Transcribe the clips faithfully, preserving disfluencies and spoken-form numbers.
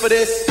for this?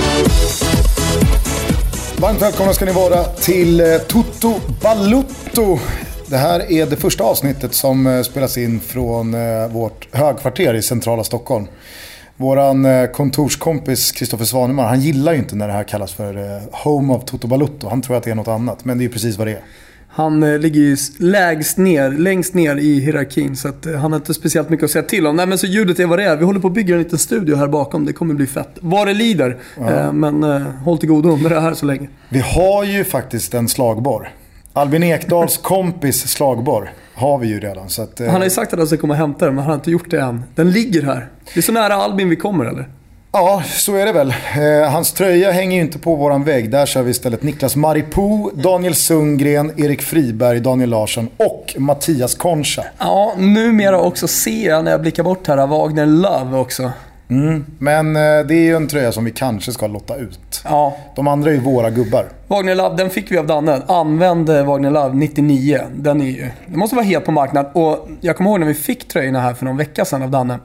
Varmt välkomna ska ni vara till Toto Balutto. Det här är det första avsnittet som spelas in från vårt högkvarter i centrala Stockholm. Våran kontorskompis Kristoffer Svanemar, han gillar ju inte när det här kallas för Home of Toto Balutto. Han tror att det är något annat, men det är ju precis vad det är. Han ligger ju lägst ner, längst ner i hierarkin, så att han har inte speciellt mycket att säga till om. Nej, men så ljudet är vad det är. Vi håller på att bygga en liten studio här bakom. Det kommer bli fett. Vad det lider. Ja. Men eh, håll till godo under det här så länge. Vi har ju faktiskt en slagborr. Albin Ekdals kompis slagborr har vi ju redan. Så att, eh... Han har ju sagt att han ska komma och hämta den, men han har inte gjort det än. Den ligger här. Det är så nära Albin vi kommer, eller? Ja, så är det väl. Eh, hans tröja hänger ju inte på våran vägg. Där kör vi istället Niklas Maripo, Daniel Sundgren, Erik Friberg, Daniel Larsson och Mattias Concha. Ja, numera också ser jag när jag blickar bort här Wagner Love också. Mm, men eh, det är ju en tröja som vi kanske ska lotta ut. Ja. De andra är ju våra gubbar. Wagner Love, den fick vi av Danne. Använde Wagner Love nittionio. Den är ju, det måste vara helt på marknad. Och jag kommer ihåg när vi fick tröjorna här för någon vecka sedan av Danne.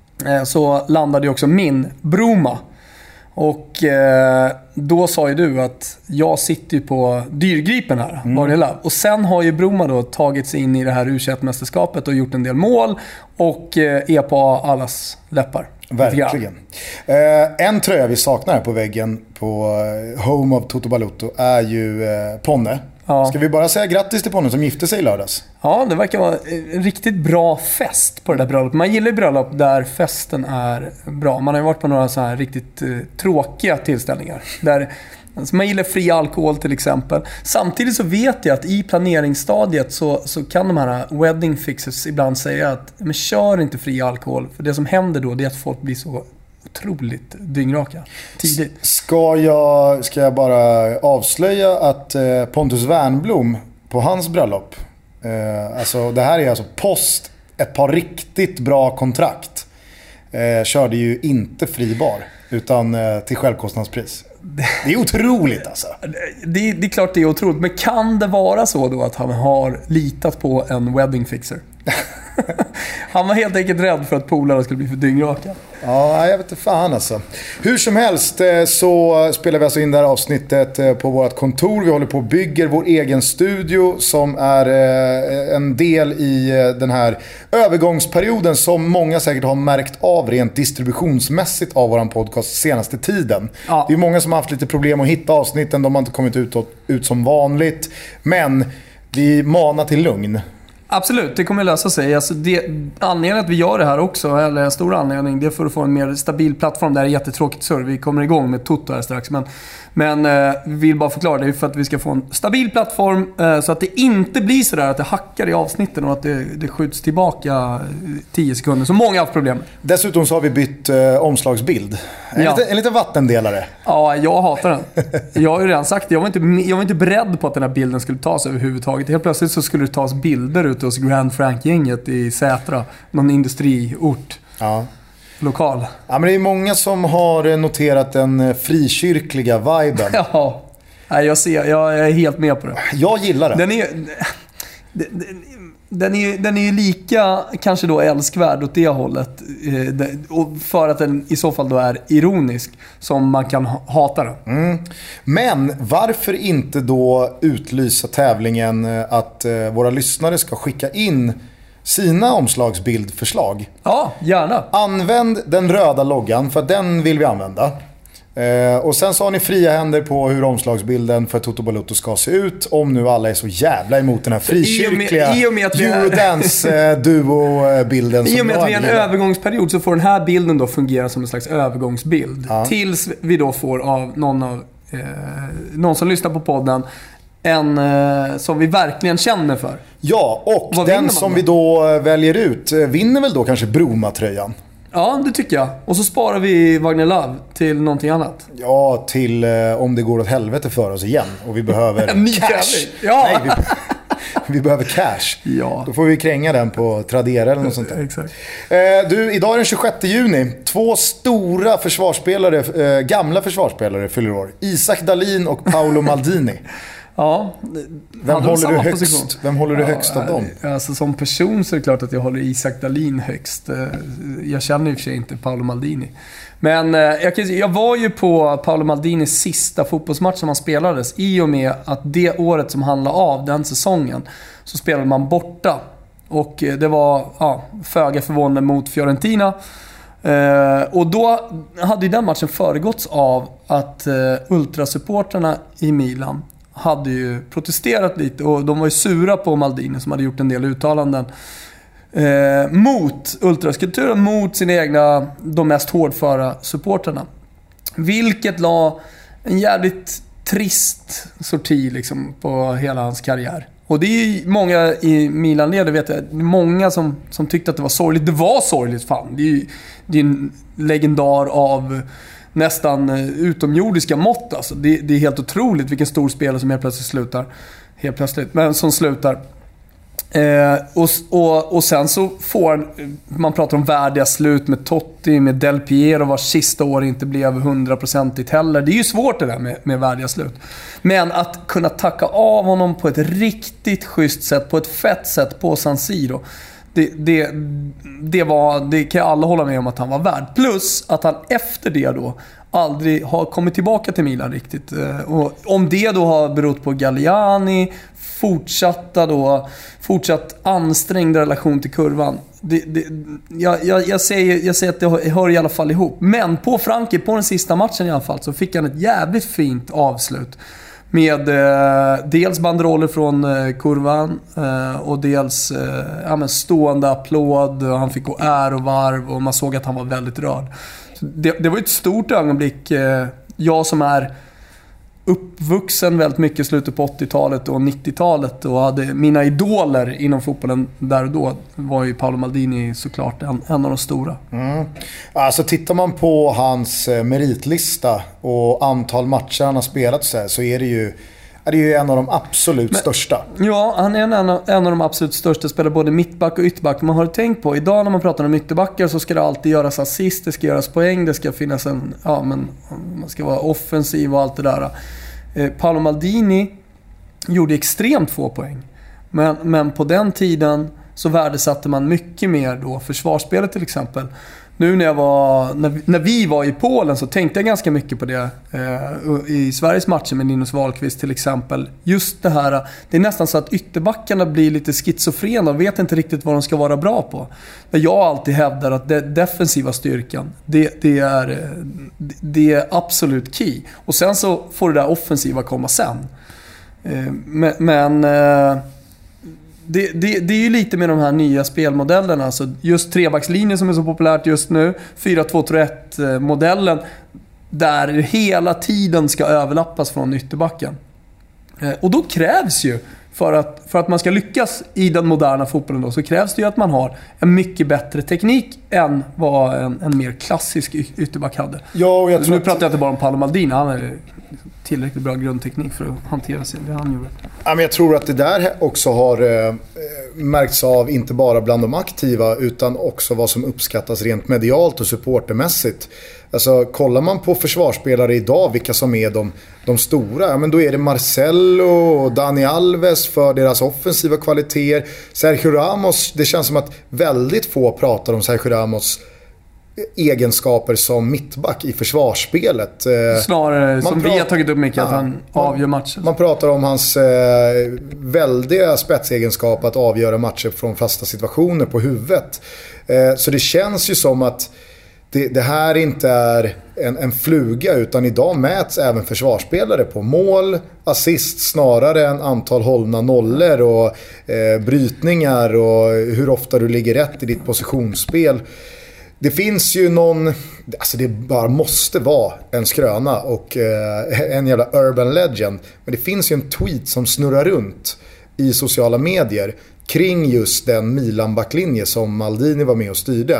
Så landade ju också min Broma. Och eh, då sa ju du att jag sitter ju på dyrgripen här, mm. Wagner Love. Och sen har ju Broma då tagit sig in i det här U tjugoett-mästerskapet och gjort en del mål. Och eh, är på allas läppar. Verkligen. Eh, en tröja vi saknar här på väggen på Home of Toto Balutto är ju eh, Ponne. Ja. Ska vi bara säga grattis till Ponne som gifte sig i lördags? Ja, det verkar vara en riktigt bra fest på det där bröllopet. Man gillar ju bröllop där festen är bra. Man har ju varit på några så här riktigt eh, tråkiga tillställningar. Där alltså man gillar fri alkohol till exempel. Samtidigt så vet jag att i planeringsstadiet så, så kan de här wedding fixers ibland säga att men kör inte fri alkohol. För det som händer då det är att folk blir så otroligt dyngraka tidigt. Ska jag, ska jag bara avslöja att eh, Pontus Wernblom på hans bröllop, eh, alltså det här är alltså post ett par riktigt bra kontrakt, eh, körde ju inte fri bar utan eh, till självkostnadspris. Det är otroligt alltså. Det, det är klart det är otroligt, men kan det vara så då att han har litat på en wedding fixer? Han var helt enkelt rädd för att polarna skulle bli för dyngraka. Ja, jag vet inte fan alltså. Hur som helst så spelar vi alltså in det här avsnittet på vårt kontor. Vi håller på och bygger vår egen studio som är en del i den här övergångsperioden som många säkert har märkt av rent distributionsmässigt av våran podcast senaste tiden. Ja. Det är många som har haft lite problem att hitta avsnitten. De har inte kommit ut, ut som vanligt. Men vi manar till lugn. Absolut, det kommer lösa sig. Alltså det, anledningen att vi gör det här också, eller en stor anledning, det är för att få en mer stabil plattform. Det är jättetråkigt surr. Vi kommer igång med Toto här strax. Men, men eh, vi vill bara förklara det för att vi ska få en stabil plattform eh, så att det inte blir så där att det hackar i avsnitten och att det, det skjuts tillbaka tio sekunder. Så många har haft problem. Dessutom så har vi bytt eh, omslagsbild. En, ja. liten, en liten vattendelare. Ja, jag hatar den. Jag har ju redan sagt det. Jag var inte, jag var inte beredd på att den här bilden skulle tas överhuvudtaget. Helt plötsligt så skulle det tas bilder ut hos Grand Frank-gänget i Sätra. Någon industriort. Ja. Lokal. Ja, men det är många som har noterat den frikyrkliga viben. Ja, jag ser. Jag är helt med på det. Jag gillar den. Den är Den är, ju, den är ju lika kanske då älskvärd åt det hållet och för att den i så fall då är ironisk som man kan hata den. Mm. Men varför inte då utlysa tävlingen att våra lyssnare ska skicka in sina omslagsbildförslag? Ja, gärna. Använd den röda loggan för den vill vi använda. Eh, och sen så har ni fria händer på hur omslagsbilden för Toto Balutto ska se ut. Om nu alla är så jävla emot den här frikyrkliga Eurodance-duo-bilden. I och med att vi är en övergångsperiod så får den här bilden då fungera som en slags övergångsbild. Ja. Tills vi då får av någon, av, eh, någon som lyssnar på podden en eh, som vi verkligen känner för. Ja, och vad den som då? Vi då väljer ut vinner väl då kanske Broma-tröjan. Ja, det tycker jag. Och så sparar vi Wagner Love till någonting annat. Ja, till eh, om det går åt helvete för oss igen. Och vi behöver cash. Ja. Nej, vi, vi behöver cash. Ja. Då får vi kränga den på Tradera eller något sånt där. Exakt. Eh, du, idag är den tjugosjätte juni. Två stora försvarsspelare, eh, gamla försvarsspelare fyller år. Isak Dahlin och Paolo Maldini. Ja. Vem håller, du högst, vem håller du ja, högst av dem? Alltså, som person så är det klart att jag håller Isak Dahlin högst. Jag känner i och för sig inte Paolo Maldini. Men jag, jag var ju på Paolo Maldinis sista fotbollsmatch som han spelades. I och med att det året som handlade av den säsongen så spelade man borta. Och det var ja, föga förvånande mot Fiorentina. Uh, och då hade ju den matchen föregåtts av att uh, ultrasupporterna i Milan hade ju protesterat lite och de var ju sura på Maldini som hade gjort en del uttalanden uh, mot ultraskulturen, mot sina egna, de mest hårdföra supporterna. Vilket la en jävligt trist sorti liksom på hela hans karriär. Och det är ju många i Milan-leder, vet jag, många som, som tyckte att det var sorgligt. Det var sorgligt, fan. Det är ju det är en legendar av nästan utomjordiska mått. Alltså. Det, det är helt otroligt vilken stor spelare som helt plötsligt slutar. Helt plötsligt, men som slutar. Eh, och, och, och sen så får man pratar om värdiga slut med Totti, med Del Piero vars sista år inte blev hundraprocentigt heller. Det är ju svårt det där med, med värdiga slut. Men att kunna tacka av honom på ett riktigt schysst sätt, på ett fett sätt på San Siro, det, det, det, var, det kan alla hålla med om att han var värd. Plus att han efter det då aldrig har kommit tillbaka till Milan riktigt. Och om det då har berott på Galliani, fortsatta då, fortsatt ansträngd relation till kurvan. Det, det, jag, jag, jag, säger, jag säger att det hör i alla fall ihop. Men på Frankrike, på den sista matchen i alla fall, så fick han ett jävligt fint avslut. Med eh, dels banderoller från eh, kurvan eh, och dels eh, ja, men stående applåd. Och han fick gå ärovarv och man såg att han var väldigt rörd. Så det, det var ett stort ögonblick. Eh, jag som är uppvuxen väldigt mycket i slutet på åttiotalet och nittiotalet och hade mina idoler inom fotbollen där och då var ju Paolo Maldini såklart en, en av de stora. Mm. Alltså tittar man på hans meritlista och antal matcher han har spelat så, här, så är det ju är det ju en av de absolut Men, största. Ja, han är en, en, av, en av de absolut största. Spelar både mittback och ytterback. Man har tänkt på, idag när man pratar om ytterbackar så ska det alltid göras assist, det ska göras poäng, det ska finnas en, ja men man ska vara offensiv och allt det där. Eh, Paolo Maldini gjorde extremt få poäng. Men, men på den tiden så värdesatte man mycket mer då försvarsspelet till exempel. Nu när, jag var, när, när vi var i Polen så tänkte jag ganska mycket på det eh, i Sveriges matcher med Linus Wahlqvist till exempel. Just det här, det är nästan så att ytterbackarna blir lite schizofrena och vet inte riktigt vad de ska vara bra på. Men jag alltid hävdar att det defensiva styrkan, det, det, är, det är absolut key. Och sen så får det där offensiva komma sen. Eh, men... men eh, Det, det, det är ju lite med de här nya spelmodellerna. Alltså just trebackslinjen som är så populärt just nu, fyra två tre ett-modellen, där hela tiden ska överlappas från ytterbacken. Och då krävs ju, för att, för att man ska lyckas i den moderna fotbollen då, så krävs det ju att man har en mycket bättre teknik än vad en, en mer klassisk ytterback hade. Ja, och jag tror nu pratar jag inte bara om Paolo Maldini, han är tillräckligt bra grundteknik för att hantera sig, det han gjorde. Ja, men jag tror att det där också har eh, märkts av inte bara bland de aktiva utan också vad som uppskattas rent medialt och supportermässigt. Alltså kollar man på försvarsspelare idag, vilka som är de, de stora, ja, men då är det Marcelo och Dani Alves för deras offensiva kvaliteter. Sergio Ramos, det känns som att väldigt få pratar om Sergio Ramos egenskaper som mittback i försvarsspelet. Snarare man som pratar, vi har tagit upp mycket, ja, att han avgör matcher. Man pratar om hans eh, väldiga spetsegenskap att avgöra matcher från fasta situationer på huvudet. Eh, så det känns ju som att det, det här inte är en, en fluga, utan idag mäts även försvarsspelare på mål, assist snarare än antal hållna nollor och eh, brytningar och hur ofta du ligger rätt i ditt positionsspel. Det finns ju någon, alltså det bara måste vara en skröna och eh, en jävla urban legend, men det finns ju en tweet som snurrar runt i sociala medier kring just den Milan-backlinje som Maldini var med och styrde.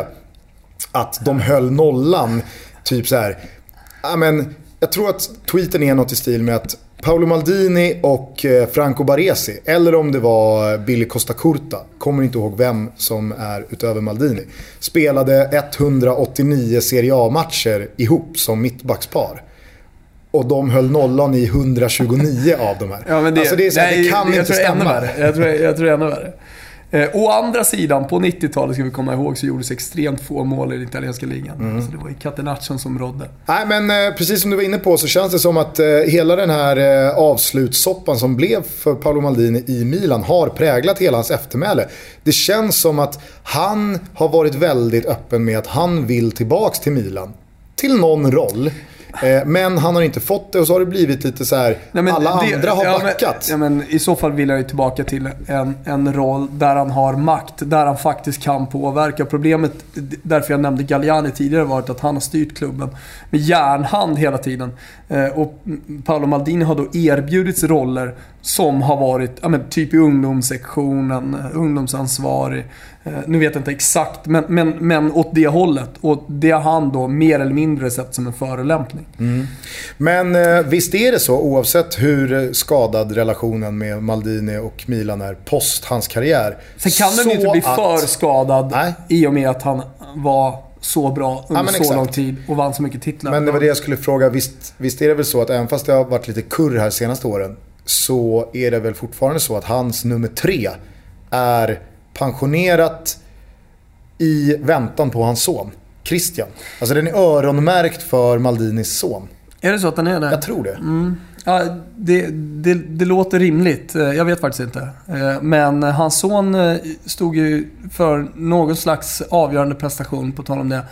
Att de höll nollan, typ så här. Ja, men jag tror att tweeten är något i stil med att Paolo Maldini och Franco Baresi, eller om det var Billy Costa Curta, kommer inte ihåg vem som är utöver Maldini, spelade etthundraåttionio Serie A-matcher ihop som mittbackspar. och de höll nollan i hundratjugonio av de här. Ja, men det, alltså det, är så här, nej, det kan jag inte tror stämma. Ännu värre. Jag, tror, jag tror ännu värre. Eh, å andra sidan, på nittiotalet ska vi komma ihåg, så gjordes extremt få mål i den italienska ligan. Mm. Så det var ju Catenaccion som rådde. Nej, men eh, precis som du var inne på så känns det som att eh, hela den här eh, avslutssoppan som blev för Paolo Maldini i Milan har präglat hela hans eftermäle. Det känns som att han har varit väldigt öppen med att han vill tillbaks till Milan. Till någon roll. Eh, men han har inte fått det och så har det blivit lite så här. Nej, men alla det, andra har ja, backat. Men, ja, men i så fall vill jag ju tillbaka till en, en roll där han har makt, där han faktiskt kan påverka. Problemet, därför jag nämnde Galliani tidigare, varit att han har styrt klubben med järnhand hela tiden. Eh, och Paolo Maldini har då erbjudits roller som har varit ja, men, typ i ungdomssektionen, ungdomsansvarig. Eh, nu vet jag inte exakt, men, men, men åt det hållet. Och det har han då mer eller mindre sett som en förolämpning. Mm. Men eh, visst är det så, oavsett hur skadad relationen med Maldini och Milan är post hans karriär. Sen kan den inte bli att... för skadad Nej. i och med att han var så bra under ja, så exakt. lång tid och vann så mycket titlar. Men det var det jag skulle fråga. Visst, visst är det väl så att även fast det har varit lite kurr här senaste åren, så är det väl fortfarande så att hans nummer tre är pensionerat i väntan på hans son Christian. Alltså den är öronmärkt för Maldinis son. Är det så att den är det? Jag tror det. Mm. Ja, det, det, det låter rimligt. Jag vet faktiskt inte. Men hans son stod ju för någon slags avgörande prestation, på tal om det,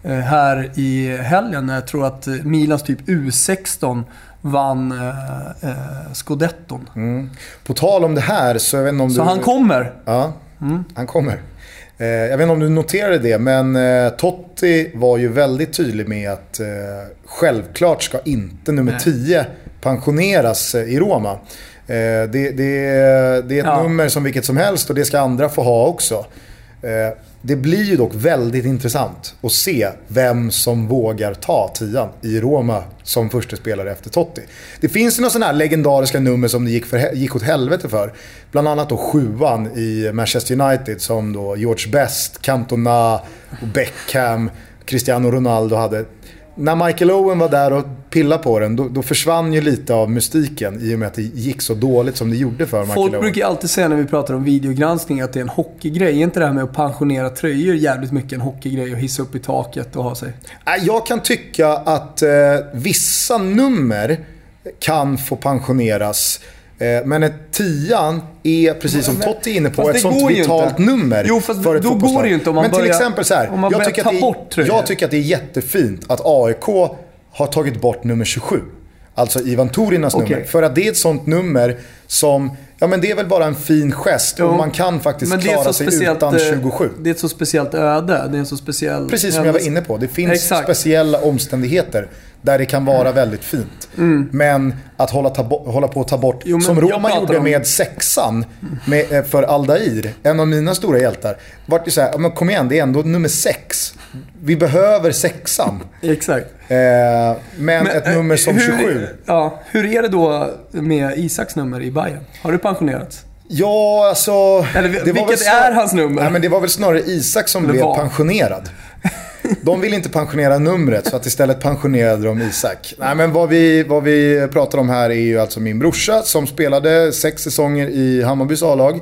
här i helgen. Jag tror att Milans typ U sexton vann eh, Scudetton. Mm. På tal om det här så jag vet inte om så du... han kommer? Ja, mm. han kommer. Eh, jag vet inte om du noterade det, men eh, Totti var ju väldigt tydlig med att eh, självklart ska inte nummer Nej. tio pensioneras i Roma. Eh, det, det, det är ett ja. nummer som vilket som helst och det ska andra få ha också. Eh, det blir ju dock väldigt intressant att se vem som vågar ta tian i Roma som första spelare efter Totti. Det finns ju några sådana här legendariska nummer som det gick, för, gick åt helvete för. Bland annat då sjuan i Manchester United som då George Best, Cantona, Beckham, Cristiano Ronaldo hade. När Michael Owen var där och pillade på den, då, då försvann ju lite av mystiken i och med att det gick så dåligt som det gjorde för Michael Owen. Folk brukar alltid säga när vi pratar om videogranskning att det är en hockeygrej. Är inte det här med att pensionera tröjor jävligt mycket en hockeygrej och hissa upp i taket och ha sig? Jag kan tycka att eh, vissa nummer kan få pensioneras. Men ett tian är, precis som Totti är inne på, ett sånt vitalt nummer. Jo, fast för ett då går det ju inte om man Men till börjar, exempel så här, om man jag, börjar tycker ta att det, bort tröjor. Jag tycker att det är jättefint att A I K har tagit bort nummer tjugosju. Alltså Ivan Torinas okay. nummer. För att det är ett sånt nummer som, ja men det är väl bara en fin gest. Jo, och man kan faktiskt klara sig utan tjugosju. Det är ett så speciellt öde. Det är en så speciell... Precis som jag var inne på. Det finns Exakt. speciella omständigheter där det kan vara mm. väldigt fint. Mm. Men att hålla, ta, hålla på att ta bort, jo, som Roma gjorde om... med sexan med, för Aldair, en av mina stora hjältar, vart det så här, men kom igen, det är ändå nummer sex. Vi behöver sexan. Exakt. Eh, men, men ett nummer som hur, tjugosju. Ja, hur är det då med Isaks nummer i Bayern? Har du pensionerats? Ja, alltså... Eller, det vilket var snar... är hans nummer? Nej, men det var väl snarare Isak som Eller blev var. pensionerad. De vill inte pensionera numret, så att istället pensionerade de Isak. Nej, men vad vi, vad vi pratar om här är ju alltså min brorsa som spelade sex säsonger i Hammarbys A-lag.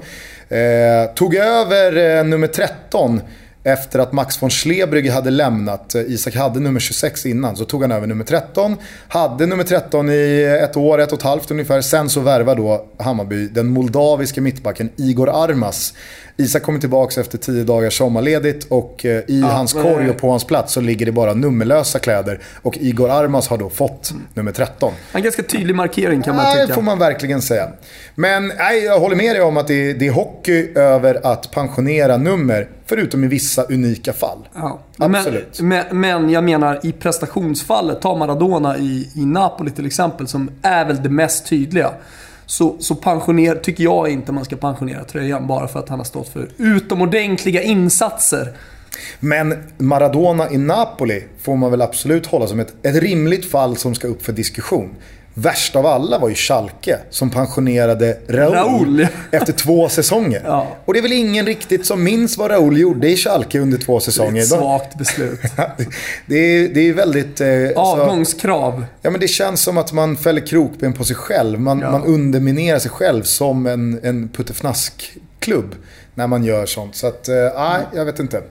Eh, tog över eh, nummer tretton efter att Max von Schlebrügge hade lämnat. Isak hade nummer tjugosex innan, så tog han över nummer tretton. Hade nummer tretton i ett år, ett och ett halvt ungefär. Sen så värvar då Hammarby den moldaviska mittbacken Igor Armas. Isak kommer tillbaka efter tio dagars sommarledigt och i ja, hans korg och på hans plats så ligger det bara nummerlösa kläder. Och Igor Armas har då fått mm. nummer tretton. En ganska tydlig markering kan man nej, tycka. Det får man verkligen säga. Men nej, jag håller med dig om att det är, det är hockey över att pensionera nummer, förutom i vissa unika fall. Ja. Absolut. Men, men, men jag menar i prestationsfallet, ta Maradona i, i Napoli till exempel, som är väl det mest tydliga. Så, så pensioner, tycker jag inte man ska pensionera tröjan bara för att han har stått för utomordentliga insatser. Men Maradona i Napoli får man väl absolut hålla som ett, ett rimligt fall som ska upp för diskussion. Värst av alla var ju Schalke som pensionerade Raúl, Raúl. efter två säsonger. Ja. Och det är väl ingen riktigt som minns vad Raúl gjorde i Schalke under två säsonger. Ett svagt beslut. det, är, det är väldigt... Eh, Avgångskrav. Alltså, ja, men det känns som att man fäller krokben på sig själv. Man, ja. man underminerar sig själv som en, en puttefnaskklubb när man gör sånt. Så att, nej, eh, jag vet inte.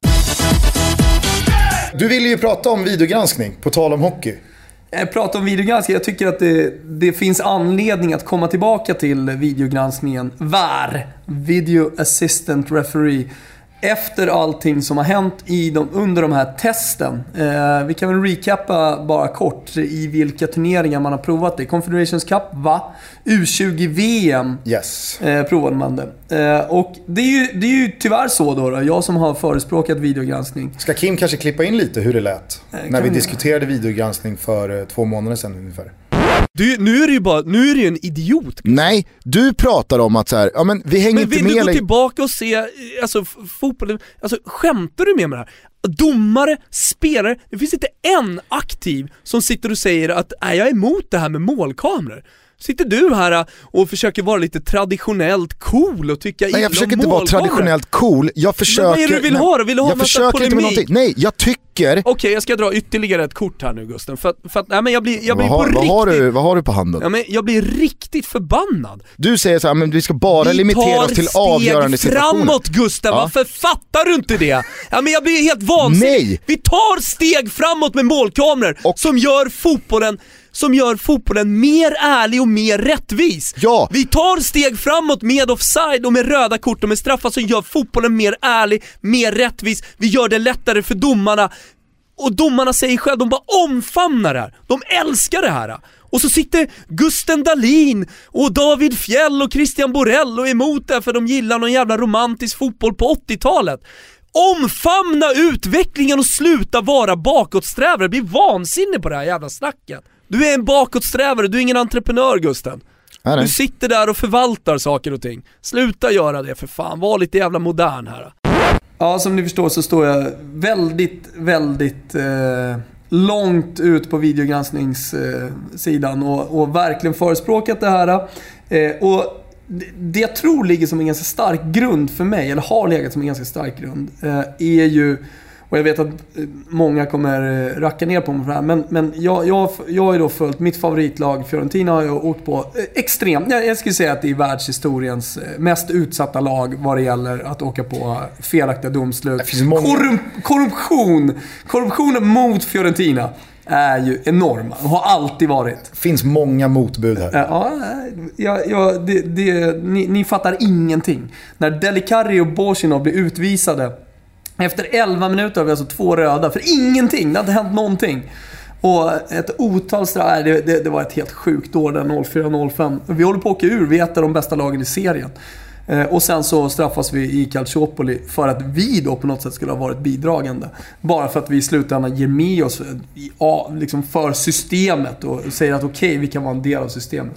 Du ville ju prata om videogranskning, på tal om hockey. Jag pratar om videogranskning. Jag tycker att det, det finns anledning att komma tillbaka till videogranskningen. V A R, Video Assistant Referee. Efter allting som har hänt i de, under de här testen. Eh, vi kan väl recappa bara kort i vilka turneringar man har provat det. Confederations Cup, va? U tjugo V M yes. eh, provade man det. Eh, och det är, ju, det är ju tyvärr så då, då. Jag som har förespråkat videogranskning. Ska Kim kanske klippa in lite hur det lät? Eh, när vi vi... diskuterade videogranskning för eh, två månader sedan ungefär. Du, nu är det ju bara, nu är det ju en idiot. Nej, du pratar om att så här, ja men vi hänger men inte vill med. du gå dig. tillbaka och se, alltså fotbollen, alltså skämtar du med mig här? Domare, spelare, det finns inte en aktiv som sitter och säger att nej, jag är emot det här med målkameror. Sitter du här och försöker vara lite traditionellt cool och tycka illa om målkameror? Nej, jag försöker inte vara traditionellt cool. Jag försöker... Men vad är det du vill ha då? Vill du ha jag försöker polemik? inte med någonting. Nej, jag tycker... Okej, okay, jag ska dra ytterligare ett kort här nu, Gusten. För, för att, nej men jag blir, jag blir vad, på har, riktigt... Vad har, du, vad har du på handen? Ja, men jag blir riktigt förbannad. Du säger så här, men vi ska bara vi limitera oss till avgörande situationer. Vi tar steg framåt, Gusten. Ja. Varför fattar du inte det? Ja, men jag blir helt vansinnig. Nej. Vi tar steg framåt med målkameror och... som gör fotbollen som gör fotbollen mer ärlig och mer rättvis. Ja. Vi tar steg framåt med offside och med röda kort och med straffar som gör fotbollen mer ärlig, mer rättvis. Vi gör det lättare för domarna. Och domarna säger själv, de bara omfamnar det här. De älskar det här. Och så sitter Gusten Dahlin och David Fjell och Christian Borell och emot det för de gillar någon jävla romantisk fotboll på åttiotalet. Omfamna utvecklingen och sluta vara bakåtsträvare. Bli vansinnig på det här jävla snacket. Du är en bakåtsträvare, du är ingen entreprenör, Gusten. Nej, nej. Du sitter där och förvaltar saker och ting. Sluta göra det för fan, var lite jävla modern här. Ja, som ni förstår så står jag väldigt, väldigt eh, långt ut på videogranskningssidan eh, och, och verkligen förespråkat det här. Eh, och det, det jag tror ligger som en ganska stark grund för mig, eller har legat som en ganska stark grund, eh, är ju, och jag vet att många kommer racka ner på mig för det här, men, men jag, jag, jag har ju då följt mitt favoritlag Fiorentina, har jag åkt på extremt, jag, jag skulle säga att det är världshistoriens mest utsatta lag vad det gäller att åka på felaktiga domslut. Många... Korrup- korruption korruptionen mot Fiorentina är ju enorma och har alltid varit. Det finns många motbud här. Ja, ja, ja det, det, ni, ni fattar ingenting. När Delicari och Borsinov blir utvisade efter elva minuter har vi alltså två röda för ingenting, det har inte hänt någonting. Och ett otal straff, det, det, det var ett helt sjukt år där noll fyra noll fem. Vi håller på att åka ur, vi är ett av de bästa lagen i serien. Eh, och sen så straffas vi i Calciopoli för att vi då på något sätt skulle ha varit bidragande. Bara för att vi i slutändan ger med oss ja, liksom för systemet och säger att okej, okay, vi kan vara en del av systemet.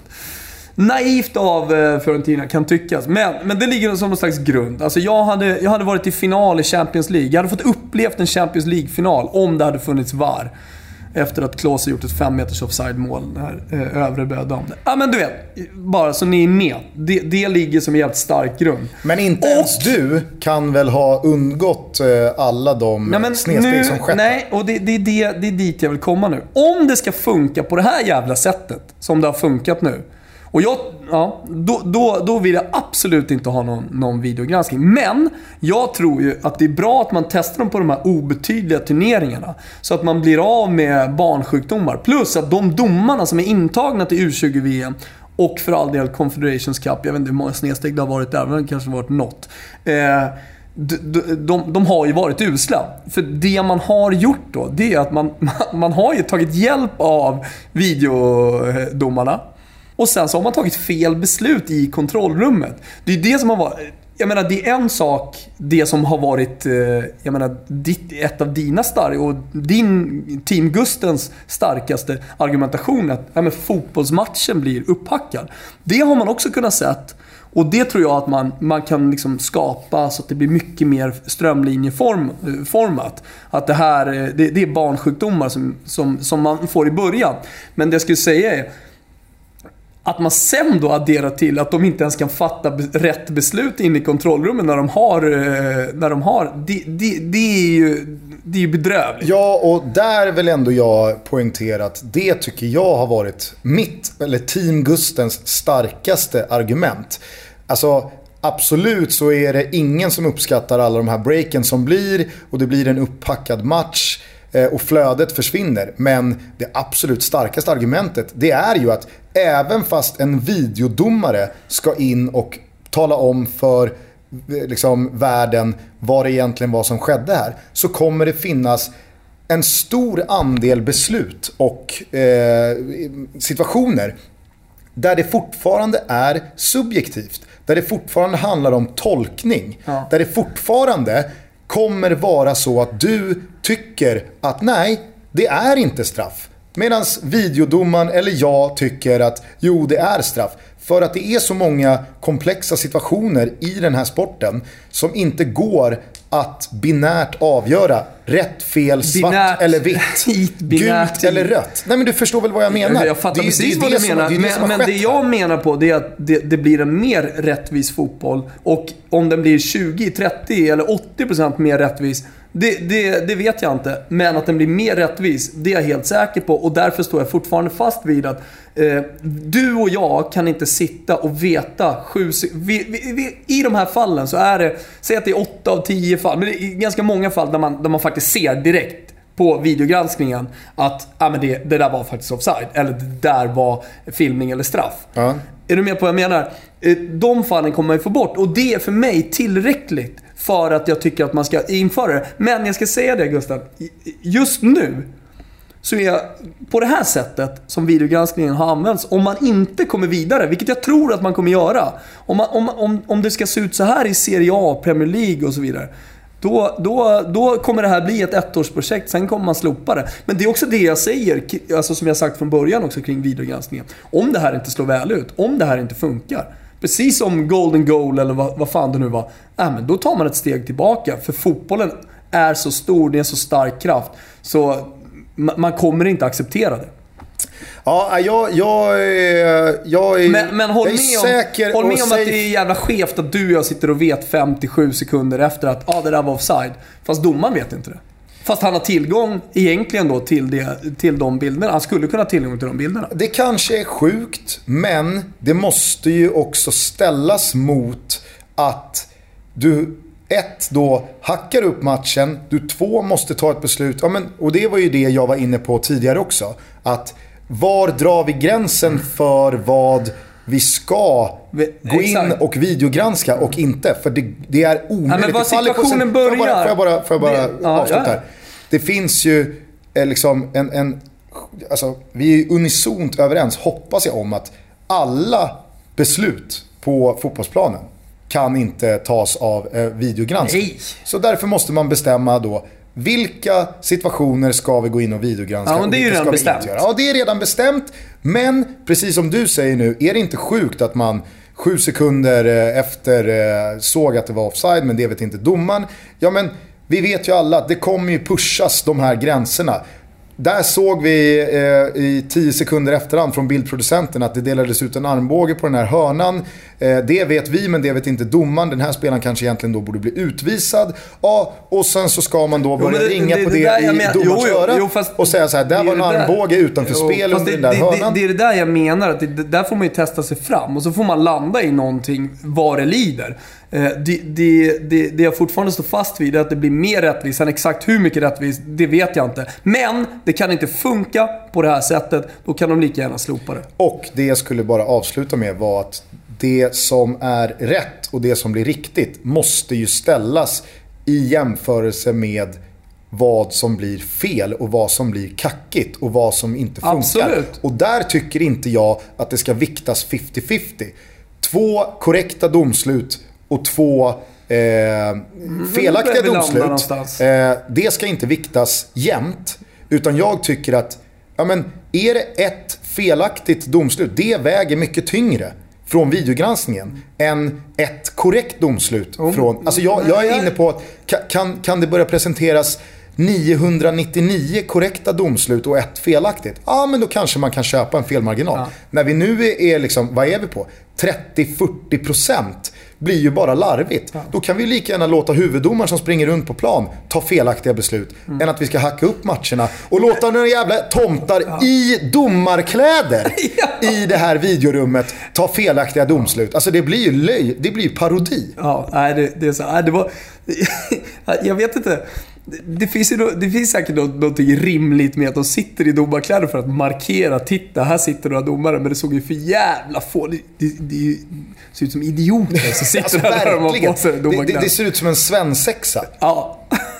Naivt av eh, Fiorentina kan tyckas, men, men det ligger som någon slags grund. Alltså jag hade, jag hade varit i final i Champions League. Jag hade fått upplevt en Champions League-final om det hade funnits V A R. Efter att Klose gjort ett fem meters offside-mål här, eh, övre bödömde. Ja, men du vet, bara så ni är med. Det, det ligger som en jävligt stark grund. Men inte och, ens du kan väl ha undgått eh, alla de nej, snedsteg som skett? Nej, och det, det, det, det är dit jag vill komma nu. Om det ska funka på det här jävla sättet som det har funkat nu. Och jag, ja, då, då, då vill jag absolut inte ha någon, någon videogranskning. Men jag tror ju att det är bra att man testar dem på de här obetydliga turneringarna. Så att man blir av med barnsjukdomar. Plus att de domarna som är intagna till U tjugo V M och för all del Confederations Cup, jag vet inte hur många snedsteg det har varit där, men det kanske har varit något. Eh, de, de, de har ju varit usla. För det man har gjort då, det är att man, man har ju tagit hjälp av videodomarna. Och sen så har man tagit fel beslut i kontrollrummet. Det är det som har varit... Jag menar, det är en sak, det som har varit, jag menar, ditt, ett av dina starka och din Team Gustens starkaste argumentation att ja, men fotbollsmatchen blir upphackad. Det har man också kunnat sett. Och det tror jag att man, man kan liksom skapa så att det blir mycket mer strömlinjeformat. Att det här, det, det är barnsjukdomar som, som, som man får i början. Men det jag skulle säga är, Att man sen då adderar till att de inte ens kan fatta be- rätt beslut in i kontrollrummet när de har, eh, när de har det, det, det är ju det är ju bedrövligt. Ja, och där vill ändå jag poängtera att det tycker jag har varit mitt, eller Team Gustens starkaste argument. Alltså absolut så är det ingen som uppskattar alla de här breaken som blir, och det blir en upppackad match och flödet försvinner. Men det absolut starkaste argumentet, det är ju att även fast en videodomare ska in och tala om för liksom världen vad det egentligen var som skedde här, så kommer det finnas en stor andel beslut och eh, situationer där det fortfarande är subjektivt, där det fortfarande handlar om tolkning, ja. där det fortfarande kommer vara så att du tycker att nej, det är inte straff. Medan videodomaren eller jag tycker att jo, det är straff. För att det är så många komplexa situationer i den här sporten som inte går att binärt avgöra rätt, fel, svart binärt, eller vitt, hit, binärt, gult eller rött. Nej, men du förstår väl vad jag menar? Jag fattar det, precis det, vad det du som, menar. det Men, det, men det jag menar på det är att det, det blir en mer rättvis fotboll. Och om den blir tjugo, trettio eller åttio procent mer rättvis, det, det, det vet jag inte. Men att den blir mer rättvis, det är jag helt säker på. Och därför står jag fortfarande fast vid att eh, du och jag kan inte sitta och veta sju, vi, vi, vi, i de här fallen så är det, säg att det är åtta av tio fall, men det är ganska många fall där man, där man faktiskt ser direkt på videogranskningen att ah, men det, det där var faktiskt offside, eller det där var filmning eller straff. Ja. Är du med på vad jag menar? De fallen kommer man ju få bort, och det är för mig tillräckligt för att jag tycker att man ska införa det. Men jag ska säga det, Gustav, just nu så är på det här sättet som videogranskningen har använts, om man inte kommer vidare, vilket jag tror att man kommer göra, om, man, om, om, om det ska se ut så här i Serie A, Premier League och så vidare, Då, då, då kommer det här bli ett ettårsprojekt. Sen kommer man slopa det. Men det är också det jag säger, alltså som jag sagt från början också kring videogranskningen. Om det här inte slår väl ut, om det här inte funkar, precis som Golden Goal eller vad, vad fan det nu var, äh, men då tar man ett steg tillbaka. För fotbollen är så stor, det är så stark kraft, så man kommer inte acceptera det. Ja, jag, jag, är, jag är, men, men håll jag är med säker om, håll med om säg... att det är jävla skevt att du och jag sitter och vet femtiosju sekunder efter att ah, det där var offside. Fast domaren vet inte det. Fast han har tillgång egentligen då till, det, till de bilderna. Han skulle kunna ha tillgång till de bilderna. Det kanske är sjukt, men det måste ju också ställas mot att du ett då hackar upp matchen, du två måste ta ett beslut. Ja, men, och det var ju det jag var inne på tidigare också. Att var drar vi gränsen för vad vi ska gå in Exakt. och videogranska och inte? För det, det är omöjligt. Ja, men vad situationen börjar. Får jag bara, får jag bara, får jag bara det, ja, avsluta ja. här? Det finns ju eh, liksom en... en alltså, vi är unisont överens, hoppas jag, om att alla beslut på fotbollsplanen kan inte tas av eh, videogranskning. Nej. Så därför måste man bestämma då vilka situationer ska vi gå in och videogranska. Ja, men det är ju redan bestämt. Ja, det är redan bestämt. Men precis som du säger nu, är det inte sjukt att man sju sekunder efter eh, såg att det var offside, men det vet inte domaren. Ja, men vi vet ju alla att det kommer ju pushas de här gränserna. Där såg vi eh, i tio sekunder efterhand från bildproducenten att det delades ut en armbåge på den här hörnan. Eh, det vet vi, men det vet inte domaren. Den här spelaren kanske egentligen då borde bli utvisad. Ja, och sen så ska man då börja jo, det, ringa det, på det, det i men... domarens öra och säga så här, där var en armbåge utanför jo, spel under det, den där det, hörnan. Det, det är det där jag menar, att det, där får man ju testa sig fram och så får man landa i någonting vad det lider. Det, det, det, det jag fortfarande står fast vid är att det blir mer rättvist. Sen exakt hur mycket rättvist, det vet jag inte. Men det kan inte funka på det här sättet. Då kan de lika gärna slopa det. Och det jag skulle bara avsluta med var att det som är rätt och det som blir riktigt måste ju ställas i jämförelse med vad som blir fel och vad som blir kackigt och vad som inte funkar. Absolut. Och där tycker inte jag att det ska viktas femtio femtio. Två korrekta domslut och två eh, felaktiga domslut. Eh, det ska inte viktas jämnt. Utan jag tycker att ja, men, är det ett felaktigt domslut, det väger mycket tyngre från videogranskningen än ett korrekt domslut. Oh, från, alltså jag, jag är inne på att kan, kan det börja presenteras niohundranittionio korrekta domslut och ett felaktigt. Ja, men då kanske man kan köpa en felmarginal. Ja. När vi nu är, är liksom, vad är vi på? trettio till fyrtio procent blir ju bara larvigt. Ja. Då kan vi lika gärna låta huvuddomaren som springer runt på plan ta felaktiga beslut mm. än att vi ska hacka upp matcherna och låta några jävla tomtar ja. i domarkläder ja. i det här videorummet ta felaktiga domslut. Alltså det blir ju löj, det blir ju parodi. Ja, nej, det, det är så. Nej, det var jag vet inte. Det finns, ju, det finns säkert något, något rimligt med att de sitter i domarkläder för att markera, titta, här sitter några domare, men det såg ju för jävla få. Det, det, det ser ut som idioter som sitter alltså, där och har på sig domarkläder. Det, det ser ut som en svensexa. Ja.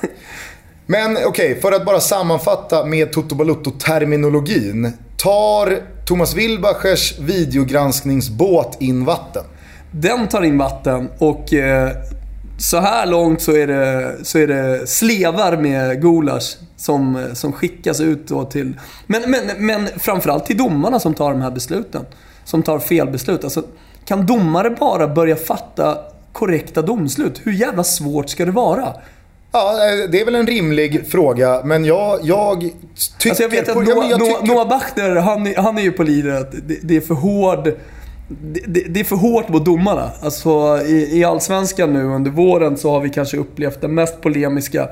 Men okej, okay, för att bara sammanfatta med Toto Balutto-terminologin. Tar Thomas Wilbachers videogranskningsbåt in vatten? Den tar in vatten och... Eh, så här långt så är det, så är det slevar med gulasch som, som skickas ut då till... Men, men, men framförallt till domarna som tar de här besluten. Som tar felbeslut. Alltså, kan domare bara börja fatta korrekta domslut? Hur jävla svårt ska det vara? Ja, det är väl en rimlig fråga. Men jag, jag tycker... Alltså jag vet att Noah, ja, tycker... Noah Bachner, han, han är ju på lider att det, det är för hård... Det, det är för hårt mot domarna. Alltså i, i Allsvenskan nu under våren så har vi kanske upplevt den mest polemiska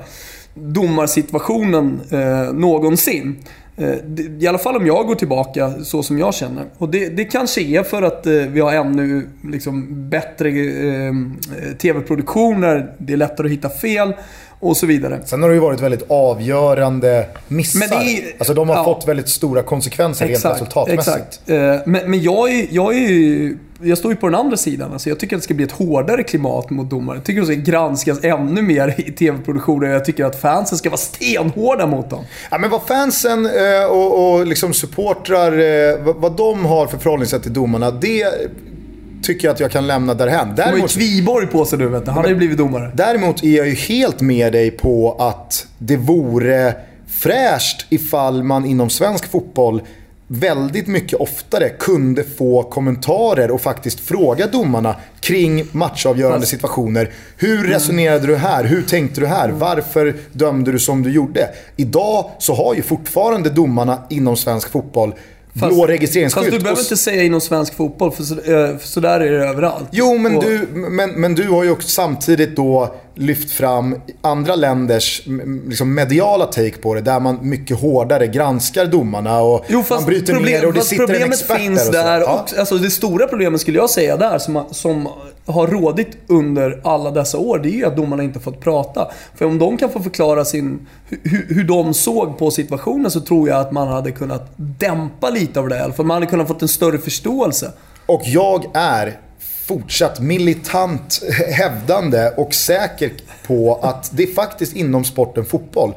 domarsituationen eh, någonsin. Eh, det, I alla fall om jag går tillbaka så som jag känner. Och det, det kanske är för att eh, vi har ännu liksom, bättre eh, tv-produktioner. Det är lättare att hitta fel och så vidare. Sen har det ju varit väldigt avgörande missar. Men det är, alltså de har ja, fått väldigt stora konsekvenser exakt, rent resultatmässigt. Exakt. Men, men jag, är, jag, är, jag står ju på den andra sidan. Alltså jag tycker att det ska bli ett hårdare klimat mot domare. Jag tycker att det ska granskas ännu mer i tv-produktioner. Jag tycker att fansen ska vara stenhårda mot dem. Ja, men vad fansen och, och liksom supportrar, vad de har för förhållningssätt till domarna, det... tycker jag att jag kan lämna därhän. Däremot, de har ju Kviborg på sig nu, vet du. Han har ju blivit domare. Däremot är jag ju helt med dig på att det vore fräscht ifall man inom svensk fotboll väldigt mycket oftare kunde få kommentarer och faktiskt fråga domarna kring matchavgörande Fast. situationer. Hur resonerade du här? Hur tänkte du här? Varför dömde du som du gjorde? Idag så har ju fortfarande domarna inom svensk fotboll Fast, blå registreringsskylt. Fast du behöver inte säga inom svensk fotboll, för så, för så där är det överallt. Jo, men, och... du, men, men du har ju också samtidigt då lyft fram andra länders liksom mediala take på det, där man mycket hårdare granskar domarna och jo, man bryter problem, ner och det sitter en expert finns där. där ja. och, alltså, det stora problemet skulle jag säga där som, som har rådit under alla dessa år, det är ju att domarna inte fått prata. För om de kan få förklara sin, hur, hur de såg på situationen, så tror jag att man hade kunnat dämpa lite av det. För man hade kunnat fått en större förståelse. Och jag är fortsatt militant hävdande och säker på att det faktiskt inom sporten fotboll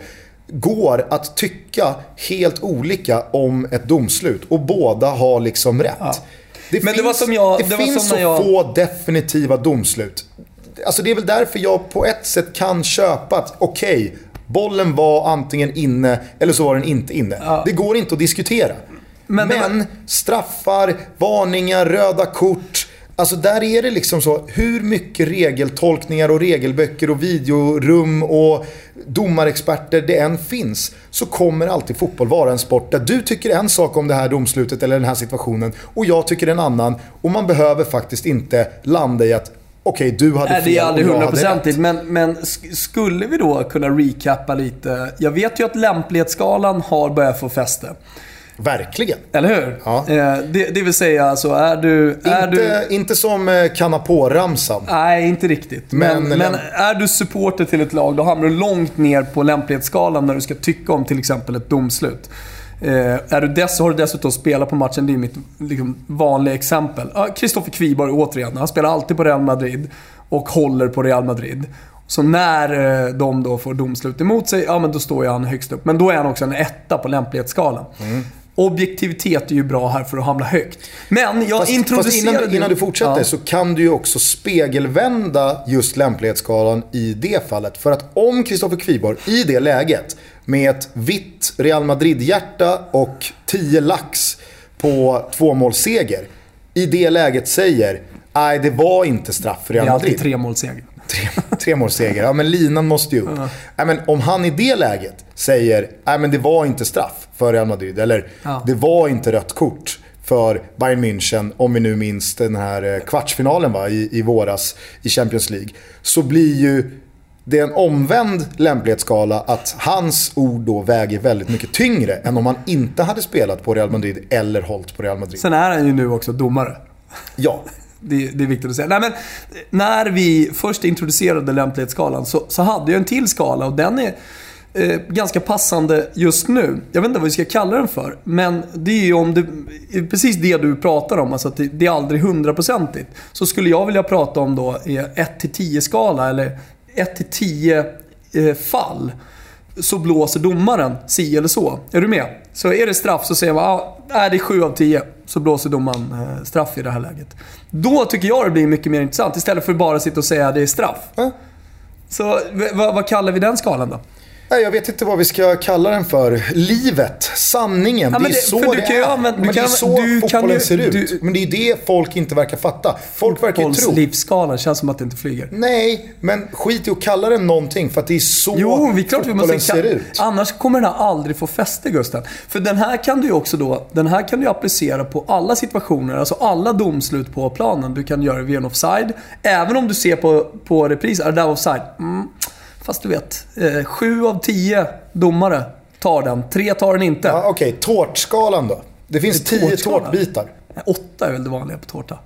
går att tycka helt olika om ett domslut och båda har liksom rätt. Ja. Det Men finns, det var som jag, det det finns var som så jag... få definitiva domslut. Alltså det är väl därför jag på ett sätt kan köpa att okej, okay, bollen var antingen inne eller så var den inte inne. Ja. Det går inte att diskutera. Men, Men var... straffar, varningar, röda kort, alltså där är det liksom så, hur mycket regeltolkningar och regelböcker och videorum och domarexperter det än finns, så kommer alltid fotboll vara en sport där du tycker en sak om det här domslutet eller den här situationen och jag tycker en annan, och man behöver faktiskt inte landa i att okej, okay, du hade fel. Det är aldrig hundraprocentigt, men, men skulle vi då kunna recappa lite? Jag vet ju att lämplighetsskalan har börjat få fäste. Verkligen. Eller hur? Ja. Eh, det, det vill säga, så är du... Är inte, du... inte som kanna på-ramsan. Nej, inte riktigt. Men, men, men är du supporter till ett lag, då hamnar du långt ner på lämplighetsskalan när du ska tycka om till exempel ett domslut. Eh, är du dess, har du dessutom spelat på matchen, det är mitt liksom, vanliga exempel. Kristoffer Kviborg återigen, han spelar alltid på Real Madrid och håller på Real Madrid. Så när eh, de då får domslut emot sig, ja men då står ju han högst upp. Men då är han också en etta på lämplighetsskalan. Mm. Objektivitet är ju bra här för att hamna högt. Men jag fast, introducerade... Fast innan, innan du fortsätter, ja, så kan du ju också spegelvända just lämplighetsskalan i det fallet. För att om Kristoffer Kviborg i det läget med ett vitt Real Madrid-hjärta och tio lax på tvåmålsseger i det läget säger nej, det var inte straff för Real Madrid. Det är alltid tre målseger. Tre, tre målseger. Ja, men linan måste ju upp. Uh-huh. Ja, men om han i det läget säger nej, men det var inte straff för Real Madrid, eller uh-huh. det var inte rött kort för Bayern München, om vi nu minns den här kvartsfinalen va, i, i våras i Champions League, så blir ju det är en omvänd lämplighetsskala att hans ord då väger väldigt mycket tyngre än om han inte hade spelat på Real Madrid eller hållit på Real Madrid. Sen är han ju nu också domare. Ja. Det, det är viktigt att säga. Nej, men när vi först introducerade lämplighetsskalan så, så hade jag en till skala, och den är eh, ganska passande just nu. Jag vet inte vad vi ska kalla den för, men det är ju om det, precis det du pratar om, alltså att det, det är aldrig hundraprocentigt. Så skulle jag vilja prata om då ett till tio skala, eller ett till tio eh, fall, så blåser domaren si eller så. Är du med? Så är det straff så säger man ah, är det sju av tio, så blåser domaren eh, straff i det här läget. Då tycker jag det blir mycket mer intressant, istället för att bara sitta och säga att det är straff. Mm. Så v- v- vad kallar vi den skalan då? Nej, jag vet inte vad vi ska kalla den för. Livet, sanningen, ja, det är det, så det är. Använda, men det är så du fotbollen ju, ser ut. Du, men det är det folk inte verkar fatta. Folk verkar ju tro. Livsskalan känns som att det inte flyger. Nej, men skit i att kalla den någonting, för att det är så jo, vi klart fotbollen vi måste, ser ut. Annars kommer den här aldrig få fäste, Gusten. För den här kan du ju också då, den här kan du applicera på alla situationer, alltså alla domslut på planen. Du kan göra via en offside. Även om du ser på, på repris, är det där offside? Mm. Fast du vet, eh, sju av tio domare tar den. Tre tar den inte. Ja, okej, okay. Tårtskalan då? Det finns det tio tårtbitar. Åtta är väl det vanliga på tårta.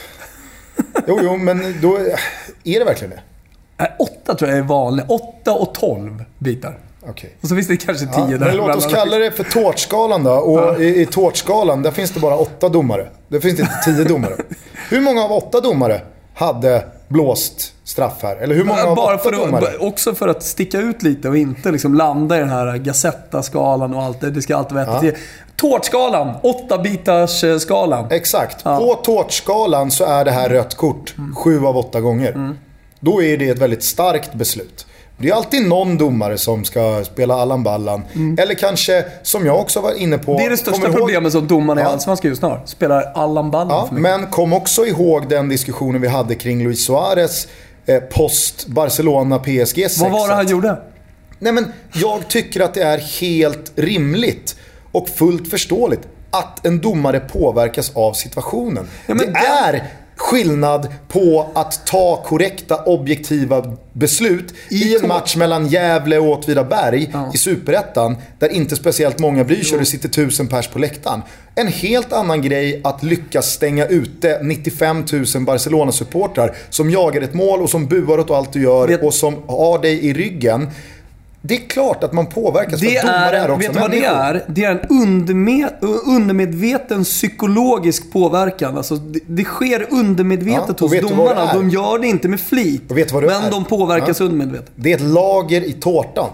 jo, jo, men då är det verkligen det? Nej, åtta tror jag är vanligt. Åtta och tolv bitar. Okay. Och så finns det kanske tio ja, där. Men låt oss kalla det för tårtskalan då. Och ja. i, i tårtskalan, där finns det bara åtta domare. Det finns inte tio domare. Hur många av åtta domare hade blåst straff här? Eller hur många ja, av bara åtta för domare? Att, också för att sticka ut lite och inte liksom landa i den här Gazetta-skalan och allt det. Det ska alltid vara ja. Tårtskalan, åtta bitars skalan. Exakt. Ja. På tårtskalan så är det här rött kort mm. sju av åtta gånger. Mm. Då är det ett väldigt starkt beslut. Det är alltid någon domare som ska spela Allan Ballan. Mm. Eller kanske, som jag också var inne på... Det är det största problemet som domarna ja. i Allsvenskan just nu spelar Allan Ballan ja, för mycket. Men kom också ihåg den diskussionen vi hade kring Luis Suarez eh, post Barcelona P S G sex. Vad var det han gjorde? Nej, men jag tycker att det är helt rimligt och fullt förståeligt att en domare påverkas av situationen. Ja, det den... är... skillnad på att ta korrekta, objektiva beslut i, i en match mellan Gävle och Åtvidaberg ja. i Superettan, där inte speciellt många bryr sig och det sitter tusen pers på läktaren. En helt annan grej att lyckas stänga ute nittiofem tusen Barcelona-supportrar som jagar ett mål och som buar åt allt du gör vet, och som har dig i ryggen. Det är klart att man påverkas. Det är, är också vet vad det är? Det är en undermed, undermedveten psykologisk påverkan. Alltså det, det sker undermedvetet ja, hos domarna. De gör det inte med flit. Men är? de påverkas ja. undermedvetet. Det är ett lager i tårtan.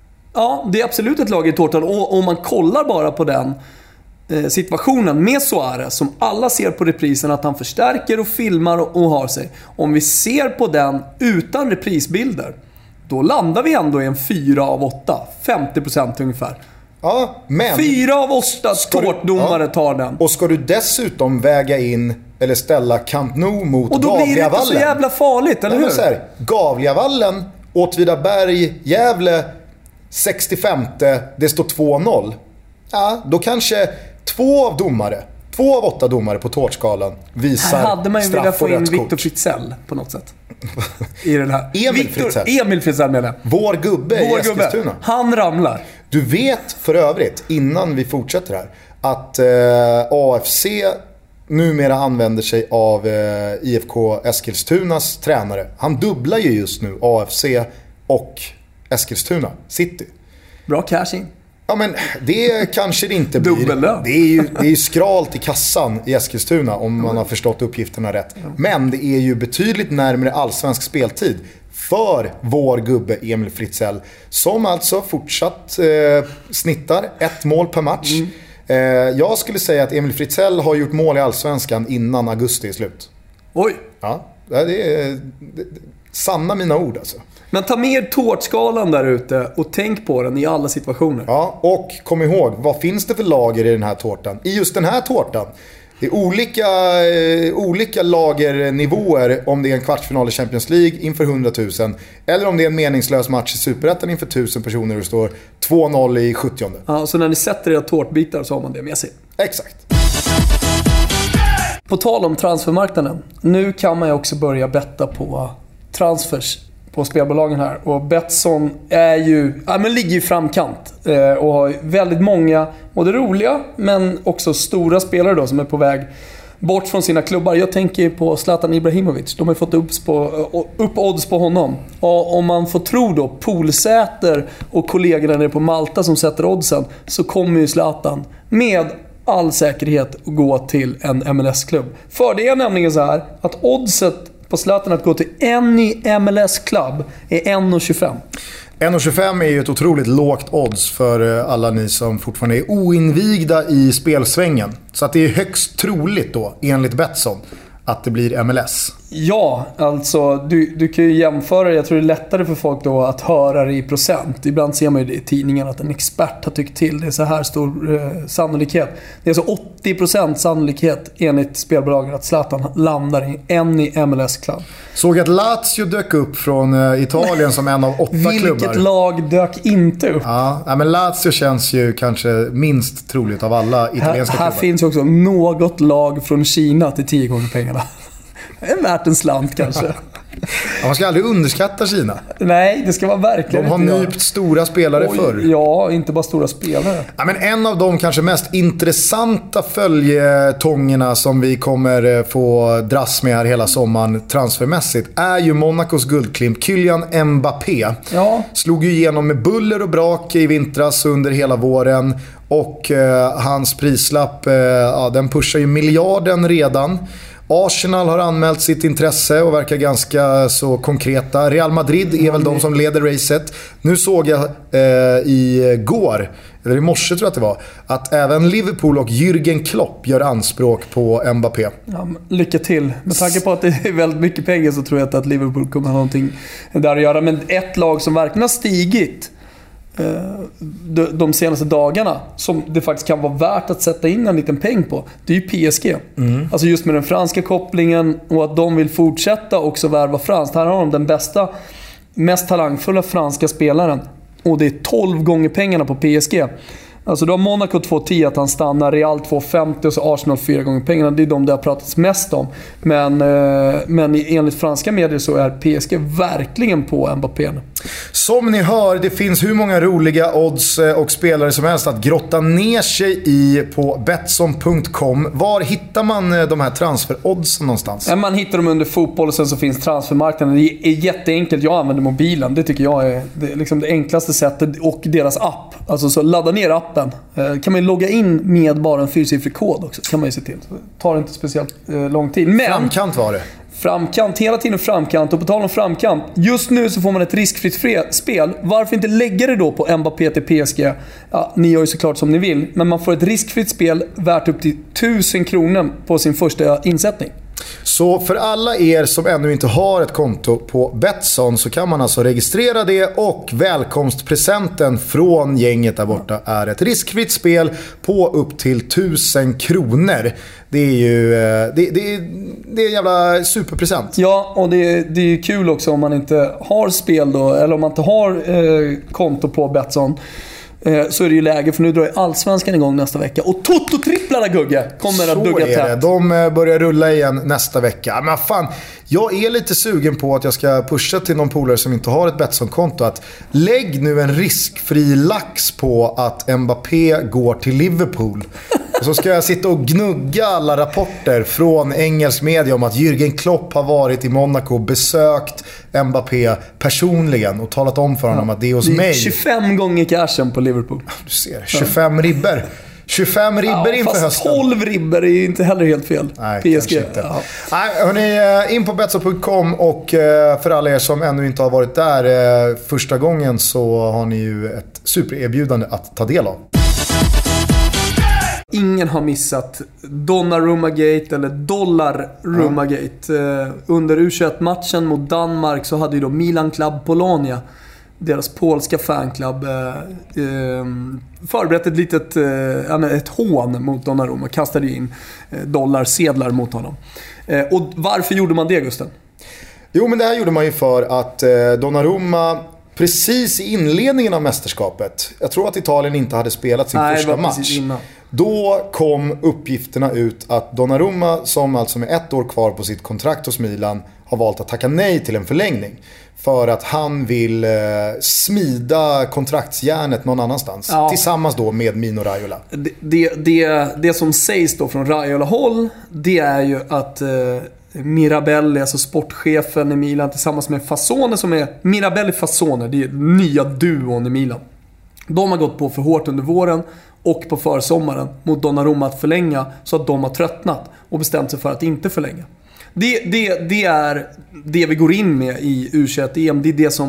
Ja, det är absolut ett lager i tårtan. Och om man kollar bara på den eh, situationen med Suarez, som alla ser på reprisen att han förstärker och filmar och, och har sig. Om vi ser på den utan reprisbilder, då landar vi ändå i en fyra av åtta. femtio procent ungefär. Ja, men... fyra av åtta tårtdomare ja. tar den. Och ska du dessutom väga in eller ställa Camp Nou mot Gavleavallen. Och då blir det inte så jävla farligt, eller hur? Så här, Gavleavallen, Åtvidaberg, Gävle, sextiofem, det står två noll. Ja, då kanske två av domare, två av åtta domare på tårtskalan visar här hade man ju velat få in Victor kort. Fritzell på något sätt. I den här. Emil Victor, Fritzell. Emil Fritzell menar jag. Vår gubbe Vår i Eskilstuna. Gubbe. Han ramlar. Du vet för övrigt, innan vi fortsätter här, att eh, A F C numera använder sig av eh, I F K Eskilstunas tränare. Han dubblar ju just nu A F C och Eskilstuna City. Bra cash in. Ja, men det kanske det inte blir. Det är ju det är ju skralt i kassan i Eskilstuna om man har förstått uppgifterna rätt. Men det är ju betydligt närmare allsvensk speltid för vår gubbe Emil Fritzell, som alltså fortsatt eh, snittar ett mål per match. Mm. Eh, jag skulle säga att Emil Fritzell har gjort mål i allsvenskan innan augusti är slut. Oj! Ja, det är det, det, sanna mina ord alltså. Men ta med tårtskalan där ute och tänk på den i alla situationer. Ja, och kom ihåg, vad finns det för lager i den här tårtan? I just den här tårtan Det är olika, eh, olika lagernivåer om det är en kvartsfinal i Champions League inför hundratusen eller om det är en meningslös match i Superettan inför tusen personer och det står två noll i sjuttionde. Ja, så när ni sätter era tårtbitar så har man det med sig. Exakt. På tal om transfermarknaden. Nu kan man ju också börja betta på transfers på spelbolagen här. Och Betsson är ju, ja, men ligger i framkant. Eh, och har väldigt många, både roliga men också stora spelare då som är på väg bort från sina klubbar. Jag tänker på Zlatan Ibrahimovic. De har fått upp, på, upp odds på honom. Och om man får tro då Polsäter och kollegorna nere på Malta som sätter oddsen, så kommer ju Zlatan med all säkerhet att gå till en M L S-klubb. För det är nämligen så här att oddset på Zlatan att gå till en i M L S-klubb är en komma tjugofem. en komma tjugofem är ju ett otroligt lågt odds för alla ni som fortfarande är oinvigda i spelsvängen. Så att det är högst troligt då, enligt Betsson, att det blir M L S. Ja, alltså du, du kan ju jämföra. Jag tror det är lättare för folk då att höra det i procent. Ibland ser man ju det i tidningen att en expert har tyckt till. Det är så här stor eh, sannolikhet. Det är alltså åttio procent sannolikhet enligt spelbolagen att Zlatan landar i en i M L S-klubb. Såg att Lazio dök upp från uh, Italien som en av åtta Vilket klubbar. Vilket lag dök inte upp? Ja, men Lazio känns ju kanske minst troligt av alla italienska här, klubbar. Här finns också något lag från Kina till tio gånger pengarna. Det är värt en slant kanske. Ja, man ska aldrig underskatta Kina. Nej, det ska vara verkligen. De har inte nypt stora spelare Oj, förr. Ja, inte bara stora spelare. Ja, men en av de kanske mest intressanta följetongerna som vi kommer få dras med här hela sommaren transfermässigt är ju Monacos guldklimp Kylian Mbappé. Ja. Slog ju igenom med buller och brak i vintras under hela våren. Och eh, hans prislapp, eh, ja, den pushar ju miljarden redan. Arsenal har anmält sitt intresse och verkar ganska så konkreta. Real Madrid är väl de som leder racet. Nu såg jag eh, igår, eller i morse tror jag att det var, att även Liverpool och Jürgen Klopp gör anspråk på Mbappé. Ja, lycka till. Med tanke på att det är väldigt mycket pengar så tror jag inte att Liverpool kommer ha någonting där att göra. Men ett lag som verkligen har stigit de, de senaste dagarna som det faktiskt kan vara värt att sätta in en liten peng på, det är ju P S G. Mm. Alltså just med den franska kopplingen och att de vill fortsätta också värva franskt. Här har de den bästa, mest talangfulla franska spelaren och det är tolv gånger pengarna på P S G. Alltså då har Monaco två tio att han stannar, Real två femtio och så Arsenal fyra gånger pengarna. Det är de det har pratats mest om. Men, eh, men enligt franska medier så är P S G verkligen på Mbappé. Som ni hör, det finns hur många roliga odds och spelare som helst att grotta ner sig i på Betsson punkt com. Var hittar man de här transferoddsen någonstans? Man hittar dem under fotboll och sen så finns transfermarknaden. Det är jätteenkelt. Jag använder mobilen. Det tycker jag är det, liksom det enklaste sättet. Och deras app. Alltså så ladda ner appen. Kan man logga in med bara en fyrsiffrig kod också. Kan man ju se till. Så det tar inte speciellt eh, lång tid. Men framkant var det. Framkant, hela tiden framkant. Och på tal om framkant, just nu så får man ett riskfritt spel. Varför inte lägga det då på Mbappé till P S G? Ja, ni gör ju såklart som ni vill. Men man får ett riskfritt spel värt upp till tusen kronor på sin första insättning. Så för alla er som ännu inte har ett konto på Betsson så kan man alltså registrera det och välkomstpresenten från gänget där borta är ett riskfritt spel på upp till tusen kronor. Det är ju det, det, det är en jävla superpresent. Ja, och det, det är ju kul också om man inte har spel då, eller om man inte har eh, konto på Betsson. Så är det ju läge, för nu drar ju Allsvenskan igång nästa vecka. Och Toto-tripplarna, Gugge, kommer att dugga tätt. Det. De börjar rulla igen nästa vecka. Men fan, jag är lite sugen på att jag ska pusha till någon polare som inte har ett Betsson-konto att lägg nu en riskfri lax på att Mbappé går till Liverpool. Och så ska jag sitta och gnugga alla rapporter från engelsk media om att Jürgen Klopp har varit i Monaco och besökt Mbappé personligen och talat om för honom ja, att det är hos det är mig. tjugofem gånger cashen på Liverpool. Du ser, tjugofem ribbor. tjugofem ribbor ja, inför hösten. tolv ribbor är ju inte heller helt fel. Nej, P S G. Ja. Nej, hörni, in på Betsson punkt com och för alla er som ännu inte har varit där första gången så har ni ju ett supererbjudande att ta del av. Ingen har missat Donnarumma-gate eller Dollar-Rumma-gate. Ja. Under U tjugoett-matchen mot Danmark så hade ju då Milan Club Polonia deras polska fanclub eh, eh, förberett ett litet eh, ett hån mot Donnarumma, kastade in eh, dollarsedlar mot honom. Eh, och varför gjorde man det, Gusten? Jo, men det här gjorde man ju för att eh, Donnarumma precis i inledningen av mästerskapet, jag tror att Italien inte hade spelat sin Nej, första match. Då kom uppgifterna ut att Donnarumma, som alltså med ett år kvar på sitt kontrakt hos Milan, har valt att tacka nej till en förlängning. För att han vill eh, smida kontraktsjärnet någon annanstans. Ja. Tillsammans då med Mino Raiola. Det, det, det, det som sägs då från Raiola-håll, det är ju att eh, Mirabelli, alltså sportchefen i Milan, tillsammans med Fasone, som är Mirabelli Fasone, det är nya duon i Milan. De har gått på för hårt under våren och på försommaren mot Donnarumma att förlänga, så att de har tröttnat och bestämt sig för att inte förlänga. Det, det, det är det vi går in med i U tjugoett-E M. Det är det som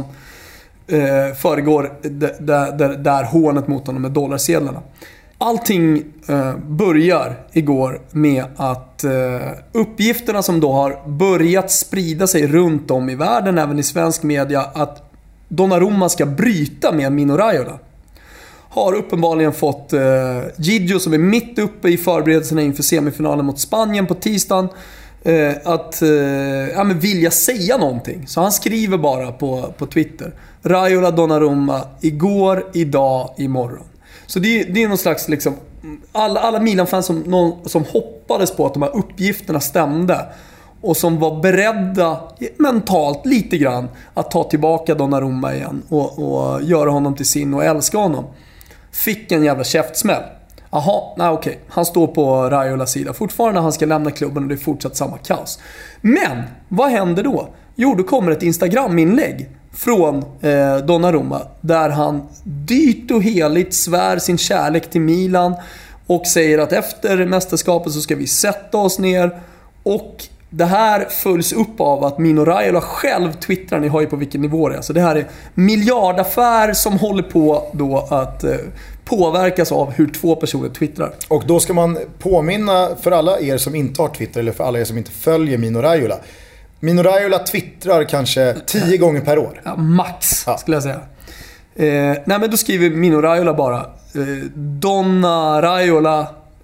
eh, föregår där, där, där hånet mot honom med dollarsedlarna. Allting eh, börjar igår med att eh, uppgifterna som då har börjat sprida sig runt om i världen, även i svensk media, att Donnarumma ska bryta med Mino Raiola, har uppenbarligen fått eh, Gigio, som är mitt uppe i förberedelserna inför semifinalen mot Spanien på tisdagen, eh, att eh, ja, men vilja säga någonting. Så han skriver bara på, på Twitter: Raiola Donnarumma, igår, idag, imorgon. Så det, det är någon slags liksom, alla, alla Milan-fans som, någon, som hoppades på att de här uppgifterna stämde och som var beredda mentalt lite grann att ta tillbaka Donnarumma igen och, och göra honom till sin och älska honom, fick en jävla käftsmäll. Aha, nej okej. Han står på Raiolas sida fortfarande, han ska lämna klubben och det är fortsatt samma kaos. Men, vad händer då? Jo, då kommer ett Instagram-inlägg från eh, Donnarumma där han dyrt och heligt svär sin kärlek till Milan och säger att efter mästerskapet så ska vi sätta oss ner. Och det här följs upp av att Mino Raiola själv twittrar, ni har ju på vilken nivå det är. Så det här är miljardaffär som håller på då att eh, påverkas av hur två personer twittrar. Och då ska man påminna för alla er som inte har Twitter, eller för alla er som inte följer Mino Raiola. Mino Raiola twittrar kanske tio gånger per år. Ja, max, ja. Skulle jag säga. Eh, nej, men då skriver Mino Raiola bara eh, Donna Raiola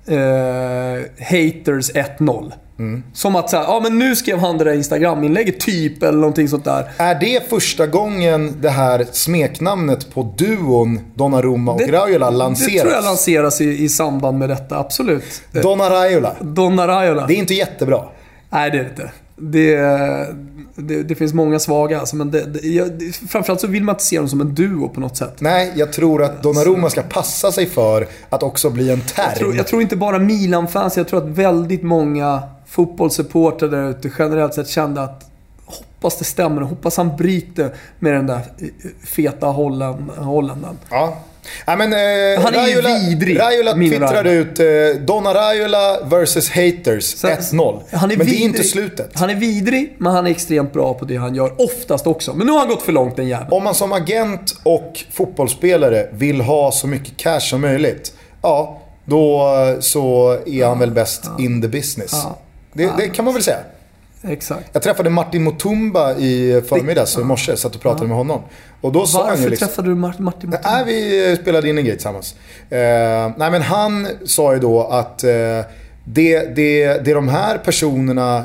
eh, haters ett noll. Mm. Som att säga, ja men nu skrev han det där Instagram-inlägget typ, eller någonting sånt där. Är det första gången det här smeknamnet på duon Donnarumma och det, Raiola lanseras? Det tror jag lanseras i, i samband med detta, absolut. Donna Raiola. Donna Raiola. Det är inte jättebra. Nej, det är det inte. Det, det, det finns många svaga alltså, men det, det, jag, det, framförallt så vill man inte se dem som en duo på något sätt. Nej, jag tror att Donnarumma ska passa sig för att också bli en term. Jag tror, jag tror inte bara Milan-fans, jag tror att väldigt många fotbollssupportrar där ute generellt sett kände att hoppas det stämmer och hoppas han bryter med den där feta Holländaren. Ja. Ja, men, eh, han är Raiola, ju vidrig. Raiola twittrar ut eh, Donna Raiola versus haters så, ett noll. Men vidrig. Det är inte slutet. Han är vidrig, men han är extremt bra på det han gör. Oftast också. Men nu har han gått för långt, den jäveln. Om man som agent och fotbollsspelare vill ha så mycket cash som möjligt, ja, då så är han väl bäst ja. in the business. Ja. Det, ja. det kan man väl säga. Exakt. Jag träffade Martin Mutumba i förmiddags i morse, satt och pratade ja. med honom. Och då sa han ju liksom, träffade du Martin Mutumba? Nej, vi spelade in en grej tillsammans. Eh, nej, men han sa ju då att eh, det, det, det de här personerna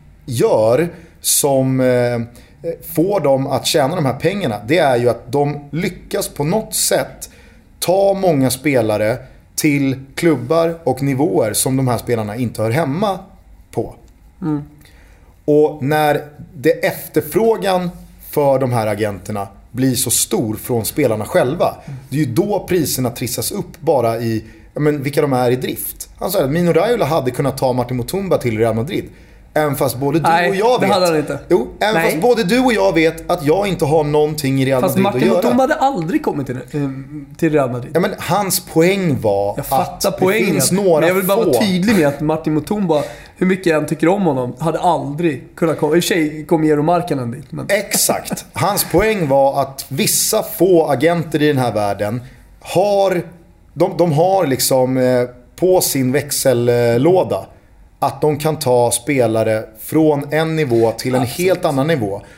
gör som eh, får dem att tjäna de här pengarna, det är ju att de lyckas på något sätt ta många spelare till klubbar och nivåer som de här spelarna inte hör hemma på. Mm. Och när det efterfrågan för de här agenterna blir så stor från spelarna själva, det är ju då priserna trissas upp bara i ja, men vilka de är i drift. Han sa att Mino Raiola hade kunnat ta Martin Mutumba till Real Madrid. Även fast både du Nej, och jag vet... det hade han inte. Jo, även Nej. fast både du och jag vet att jag inte har någonting i Real fast Madrid att göra. Fast Martin Mutumba hade aldrig kommit till, till Real Madrid. Ja, men hans poäng var jag fattar att poängen, det finns några men jag vill bara få. vara tydlig med att Martin Mutumba, hur mycket jag än tycker om honom, hade aldrig kunnat komma. I och för sig kom Eero Markkanen dit. Men... Exakt. Hans poäng var att vissa få agenter i den här världen har... De, de har liksom eh, på sin växellåda att de kan ta spelare från en nivå till en Absolut. helt annan nivå.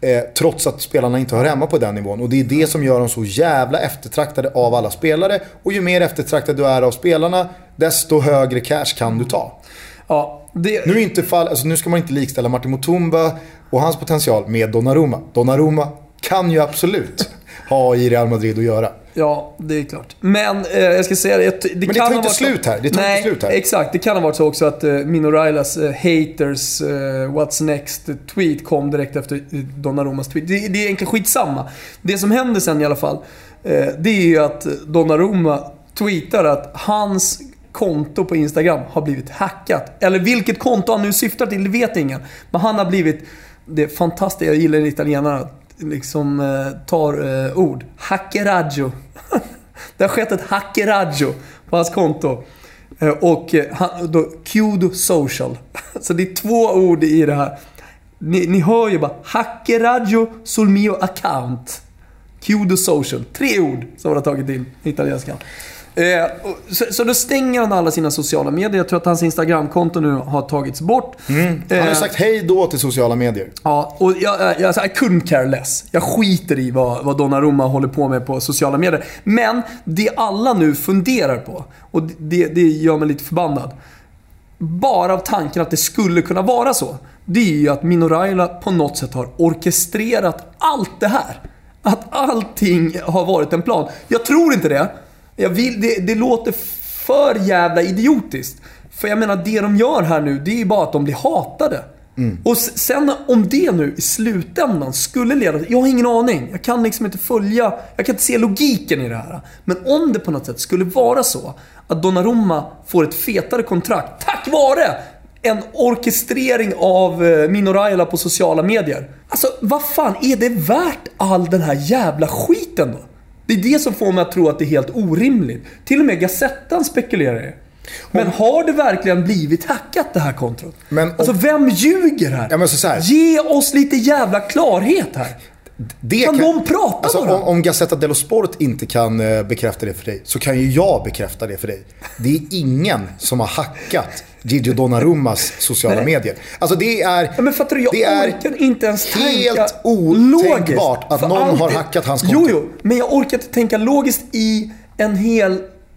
Eh, trots att spelarna inte hör hemma på den nivån. Och det är det som gör dem så jävla eftertraktade av alla spelare. Och ju mer eftertraktad du är av spelarna, desto högre cash kan du ta. Ja, det... nu, är inte fall, alltså, nu ska man inte likställa Martin Mutumba och hans potential med Donnarumma. Donnarumma kan ju absolut ha i Real Madrid att göra. Ja, det är klart. Men eh, jag ska säga det, det Men det kan tar ha inte varit slut här. Det tar Nej, inte slut här. Exakt. Det kan ha varit så också att eh, Mino Railas eh, haters eh, what's next tweet kom direkt efter eh, Donnarummas tweet. Det, det är egentligen skitsamma. Det som händer sen i alla fall, eh, det är ju att Donnarumma tweetar att hans konto på Instagram har blivit hackat. Eller vilket konto han nu syftar till, det vet ingen. Men han har blivit, det är fantastiskt, jag gillar italienarna, liksom eh, tar eh, ord. Hackeraggio. Det har skett ett hackeraggio på hans konto. Eh, och eh, han, då, Chiudo social. Så det är två ord i det här. Ni, ni hör ju bara hackeraggio sul mio account. Chiudo social. Tre ord som han har tagit in i italienskan. Eh, så, så då stänger han alla sina sociala medier. Jag tror att hans Instagramkonto nu har tagits bort. Mm. Han har eh, sagt hej då till sociala medier. Ja, och jag, jag, jag, I couldn't care less. Jag skiter i vad, vad Donnarumma håller på med på sociala medier. Men det alla nu funderar på, och det, det gör mig lite förbannad, bara av tanken att det skulle kunna vara så, det är ju att Mino Raiola på något sätt har orkestrerat allt det här. Att allting har varit en plan. Jag tror inte det. Jag vill, det, det låter för jävla idiotiskt. För jag menar, det de gör här nu, det är ju bara att de blir hatade. Mm. Och sen om det nu i slutändan skulle leda till, jag har ingen aning. Jag kan liksom inte följa, jag kan inte se logiken i det här. Men om det på något sätt skulle vara så att Donnarumma får ett fetare kontrakt tack vare en orkestrering av Mino Raiola på sociala medier. Alltså, vad fan är det värt all den här jävla skiten då? Det är det som får mig att tro att det är helt orimligt. Till och med Gazettan spekulerar det. Men har det verkligen blivit hackat det här kontot? Men, och, alltså vem ljuger här? Ja, men så så här. Ge oss lite jävla klarhet här. Det kan, kan de prata alltså, bara? Om, om Gazzetta dello Sport inte kan uh, bekräfta det för dig, så kan ju jag bekräfta det för dig. Det är ingen som har hackat Gigio Donnarummas sociala Nej. medier. Alltså det är, ja, men fattar du, jag det är orkar inte ens tänka helt otänkbart att någon alltid, har hackat hans konto. Jo, jo, men jag orkar inte tänka logiskt i en hel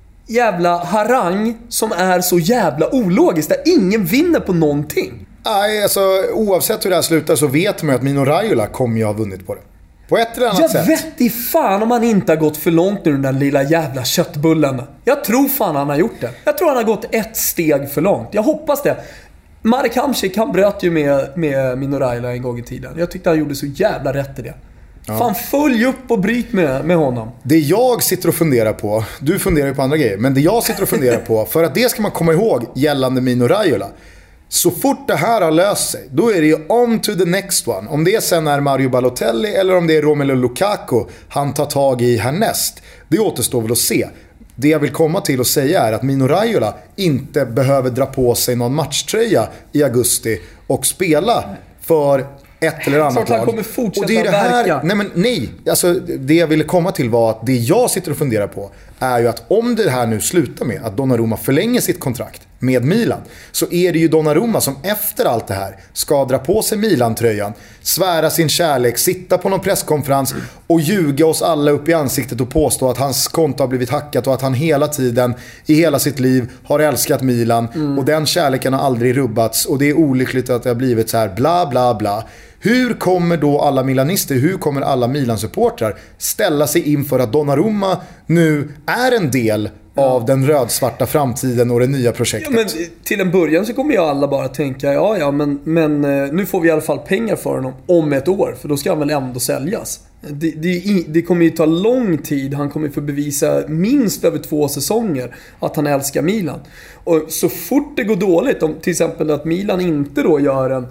jävla harang som är så jävla ologiskt, där ingen vinner på någonting. Nej, alltså oavsett hur det här slutar så vet man att Mino Raiola kommer ju ha vunnit på det. På ett eller annat jag sätt. Jag vet i fan om han inte har gått för långt nu, den där lilla jävla köttbullen. Jag tror fan han har gjort det. Jag tror han har gått ett steg för långt. Jag hoppas det. Marek Hamsik, han bröt ju med, med Mino Raiola en gång i tiden. Jag tyckte han gjorde så jävla rätt i det. Ja. Fan, följ upp och bryt med, med honom. Det jag sitter och funderar på, du funderar ju på andra grejer, men det jag sitter och funderar på, för att det ska man komma ihåg gällande Mino Raiola. Så fort det här har löst sig, då är det ju on to the next one. Om det sen är Mario Balotelli eller om det är Romelu Lukaku han tar tag i härnäst, det återstår väl att se. Det jag vill komma till och säga är att Mino Raiola inte behöver dra på sig någon matchtröja i augusti och spela för ett eller annat lag. Han kommer fortsätta och det är det här, verka. nej men nej, alltså det jag ville komma till var att det jag sitter och funderar på är ju att om det här nu slutar med att Donnarumma förlänger sitt kontrakt med Milan, så är det ju Donnarumma som efter allt det här ska dra på sig Milan-tröjan, svära sin kärlek, sitta på någon presskonferens och ljuga oss alla upp i ansiktet och påstå att hans konto har blivit hackat och att han hela tiden i hela sitt liv har älskat Milan mm. och den kärleken har aldrig rubbats och det är olyckligt att det har blivit så här bla bla bla. Hur kommer då alla milanister, hur kommer alla Milan-supportrar ställa sig inför att Donnarumma nu är en del ja. av den rödsvarta framtiden och det nya projektet? Ja, men till en början så kommer ju alla bara tänka, ja ja men, men nu får vi i alla fall pengar för honom om ett år, för då ska han väl ändå säljas. Det, det, det kommer ju ta lång tid, han kommer få bevisa minst över två säsonger att han älskar Milan. Och så fort det går dåligt, om till exempel att Milan inte då gör en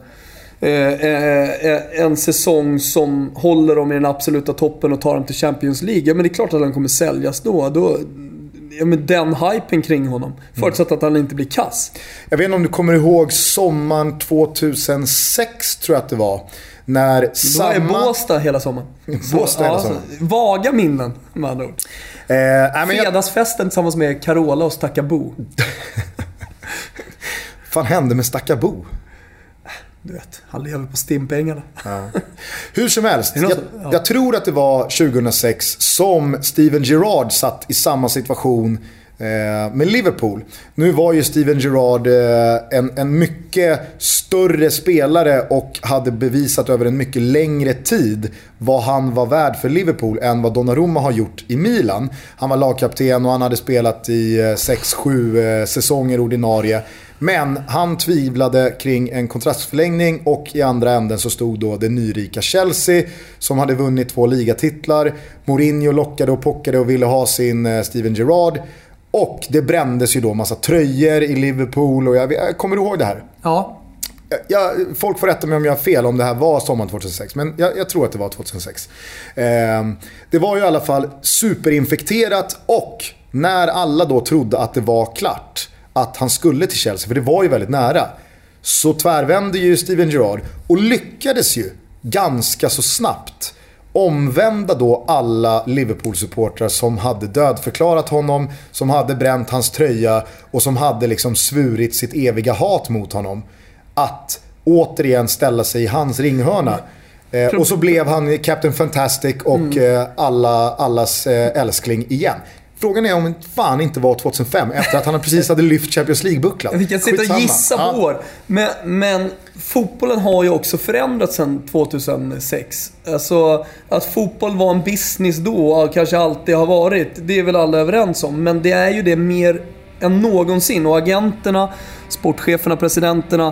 en säsong som håller dem i den absoluta toppen och tar dem till Champions League, ja men det är klart att han kommer säljas då, då ja, men den hypen kring honom, förutsatt att han inte blir kass. Jag vet inte om du kommer ihåg sommaren tvåtusensex, tror jag att det var, när då samma... är Båstad hela sommaren. Båstad hela sommaren. Ja, vaga minnen med andra ord. Eh, äh, Fredagsfesten tillsammans med Carola och Stackabo. Fan hände med Stackabo? du vet, han lever på stimpengarna. Ja. Hur som helst, jag, ja. jag tror att det var tjugohundrasex som Steven Gerrard satt i samma situation eh, med Liverpool. Nu var ju Steven Gerrard eh, en, en mycket större spelare och hade bevisat över en mycket längre tid vad han var värd för Liverpool än vad Donnarumma har gjort i Milan. Han var lagkapten och han hade spelat i sex sju eh, säsonger ordinarie. Men han tvivlade kring en kontraktsförlängning och i andra änden så stod då det nyrika Chelsea som hade vunnit två ligatitlar. Mourinho lockade och pockade och ville ha sin Steven Gerrard. Och det brändes ju då massa tröjor i Liverpool och jag, jag kommer ihåg det här. Ja. Jag, folk får rätta mig om jag har fel om det här var sommaren tjugohundrasex, men jag, jag tror att det var tjugohundrasex. Eh, det var ju i alla fall superinfekterat och när alla då trodde att det var klart att han skulle till Chelsea, för det var ju väldigt nära, så tvärvände ju Steven Gerrard och lyckades ju ganska så snabbt omvända då alla Liverpool-supportrar som hade dödförklarat honom, som hade bränt hans tröja och som hade liksom svurit sitt eviga hat mot honom, att återigen ställa sig i hans ringhörna. Eh, och så blev han Captain Fantastic och mm. eh, alla, allas eh, älskling igen. Frågan är om det fan inte var tjugohundrafem efter att han precis hade lyft Champions League-bucklan. Vi kan sitta och gissa på år. Men, men fotbollen har ju också förändrats sedan tjugohundrasex. Alltså att fotboll var en business då och kanske alltid har varit, det är väl alla överens om. Men det är ju det mer än någonsin. Och agenterna, sportcheferna, presidenterna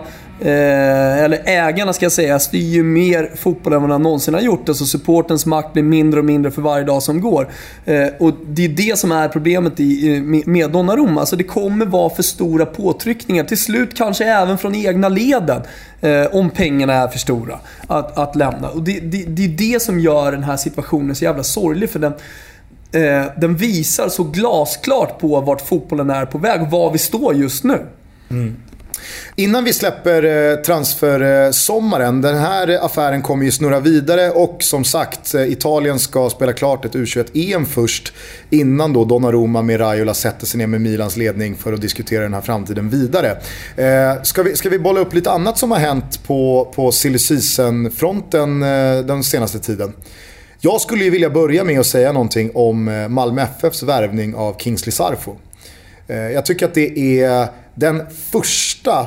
eh, eller ägarna ska jag säga, styr ju mer fotboll än vad de någonsin har gjort. Alltså supportens makt blir mindre och mindre för varje dag som går. eh, Och det är det som är problemet i, med Donnarumma. Alltså det kommer vara för stora påtryckningar till slut, kanske även från egna leden, eh, om pengarna är för stora att, att lämna. Och det, det, det är det som gör den här situationen så jävla sorglig, för den eh, den visar så glasklart på vart fotbollen är på väg och var vi står just nu. Mm. Innan vi släpper transfersommaren, den här affären kommer ju snurra vidare och som sagt, Italien ska spela klart ett U tjugoett-E M först innan då Donnarumma med Raiola sätter sig ner med Milans ledning för att diskutera den här framtiden vidare. Ska vi, ska vi bolla upp lite annat som har hänt på, på silly season-fronten den senaste tiden? Jag skulle ju vilja börja med att säga någonting om Malmö F F:s värvning av Kingsley Sarfo. Jag tycker att det är den första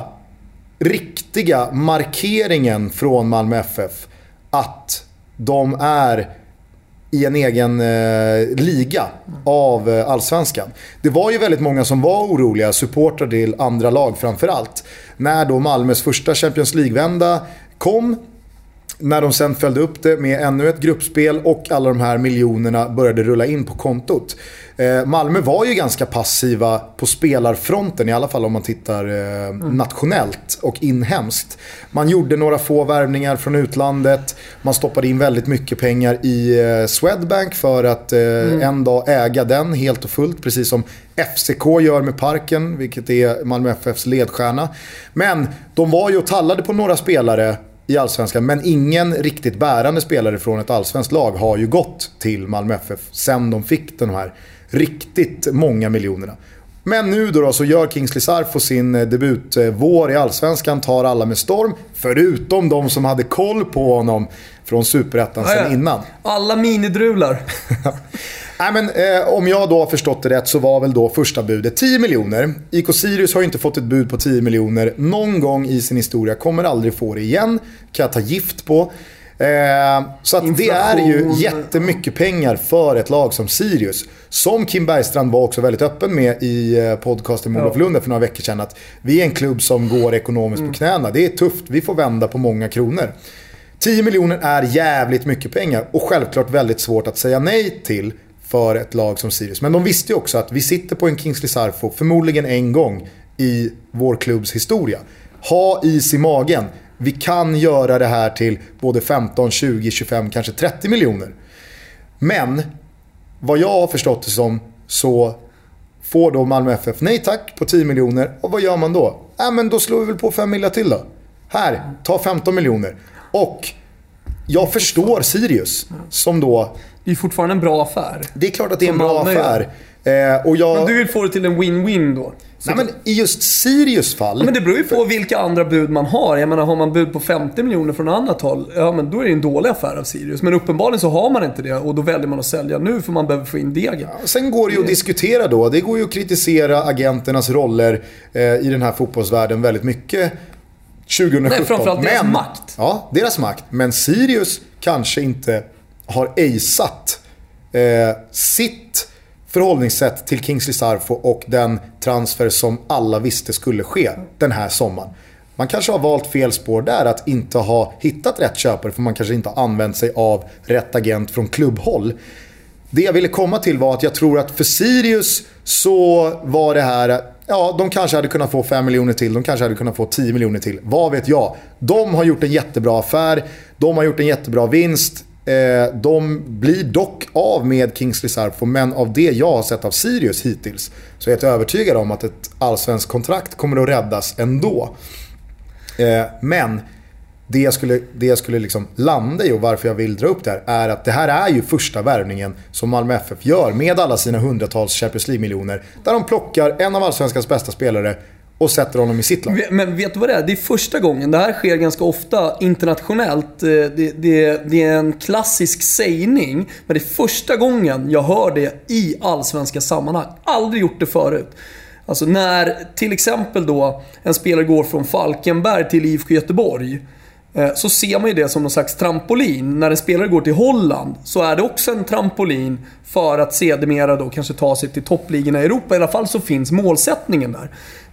riktiga markeringen från Malmö F F att de är i en egen eh, liga av eh, allsvenskan. Det var ju väldigt många som var oroliga, supportrar till andra lag framförallt, när då Malmös första Champions League-vända kom, när de sen följde upp det med ännu ett gruppspel och alla de här miljonerna började rulla in på kontot. Eh, Malmö var ju ganska passiva på spelarfronten, i alla fall om man tittar eh, mm. nationellt och inhemskt. Man gjorde några få värvningar från utlandet, man stoppade in väldigt mycket pengar i eh, Swedbank för att eh, mm. en dag äga den helt och fullt, precis som F C K gör med Parken, vilket är Malmö F F:s ledstjärna. Men de var ju och tallade på några spelare i allsvenskan, men ingen riktigt bärande spelare från ett allsvenskt lag har ju gått till Malmö F F sen de fick de här riktigt många miljonerna. Men nu då, då så gör Kingsley Sarfo sin debut vår i allsvenskan, tar alla med storm, förutom de som hade koll på honom från Superettan sen ja, ja. innan. Alla minidrular. Nej, men, eh, om jag då har förstått det rätt så var väl då första budet tio miljoner. I K Sirius har ju inte fått ett bud på tio miljoner någon gång i sin historia. Kommer aldrig få det igen. Kan jag ta gift på. Eh, så att det är ju jättemycket pengar för ett lag som Sirius. Som Kim Bergstrand var också väldigt öppen med i podcasten med Olof Lund för några veckor sedan. Att vi är en klubb som går ekonomiskt mm. på knäna. Det är tufft. Vi får vända på många kronor. tio miljoner är jävligt mycket pengar. Och självklart väldigt svårt att säga nej till för ett lag som Sirius. Men de visste ju också att vi sitter på en Kingsley Sarfo förmodligen en gång i vår klubbs historia. Ha is i magen. Vi kan göra det här till både femton, tjugo, tjugofem, kanske trettio miljoner. Men vad jag har förstått det som, så får då Malmö F F nej tack på tio miljoner. Och vad gör man då? Äh, men då slår vi väl på fem miljoner till då. Här, ta femton miljoner. Och jag förstår Sirius som då Det är fortfarande en bra affär. Det är klart att det är en bra Malmö affär. Eh, och jag... Men du vill få det till en win-win då? Nej, men i just Sirius fall... Ja, men det beror ju på vilka andra bud man har. Jag menar, har man bud på femtio miljoner från annat håll, ja men då är det en dålig affär av Sirius. Men uppenbarligen så har man inte det och då väljer man att sälja nu för man behöver få in degen. Ja, sen går det ju att diskutera då. Det går ju att kritisera agenternas roller eh, i den här fotbollsvärlden väldigt mycket tjugohundrasjutton. Nej, framförallt deras men, makt. Ja, deras makt. Men Sirius kanske inte har ejsat eh, sitt förhållningssätt till Kingsley Sarfo och den transfer som alla visste skulle ske den här sommaren. Man kanske har valt fel spår där, att inte ha hittat rätt köpare för man kanske inte har använt sig av rätt agent från klubbhåll. Det jag ville komma till var att jag tror att för Sirius så var det här, ja, de kanske hade kunnat få fem miljoner till, de kanske hade kunnat få tio miljoner till, vad vet jag. De har gjort en jättebra affär, de har gjort en jättebra vinst. De blir dock av med Kingsley Sarfo, men av det jag har sett av Sirius hittills så är jag övertygad om att ett allsvensk kontrakt kommer att räddas ändå. Men det jag skulle, det jag skulle liksom landa i och varför jag vill dra upp det här är att det här är ju första värvningen som Malmö F F gör med alla sina hundratals Champions League-miljoner, där de plockar en av allsvenskans bästa spelare och sätter honom i sitt lag. Men vet du vad det är? Det är första gången. Det här sker ganska ofta internationellt. Det, det, det är en klassisk sägning. Men det är första gången jag hör det i allsvenska sammanhang. Aldrig gjort det förut. Alltså när till exempel då en spelare går från Falkenberg till I F K Göteborg, så ser man ju det som någon slags trampolin. När en spelare går till Holland så är det också en trampolin för att sedermera då kanske ta sig till toppligorna i Europa. I alla fall så finns målsättningen där.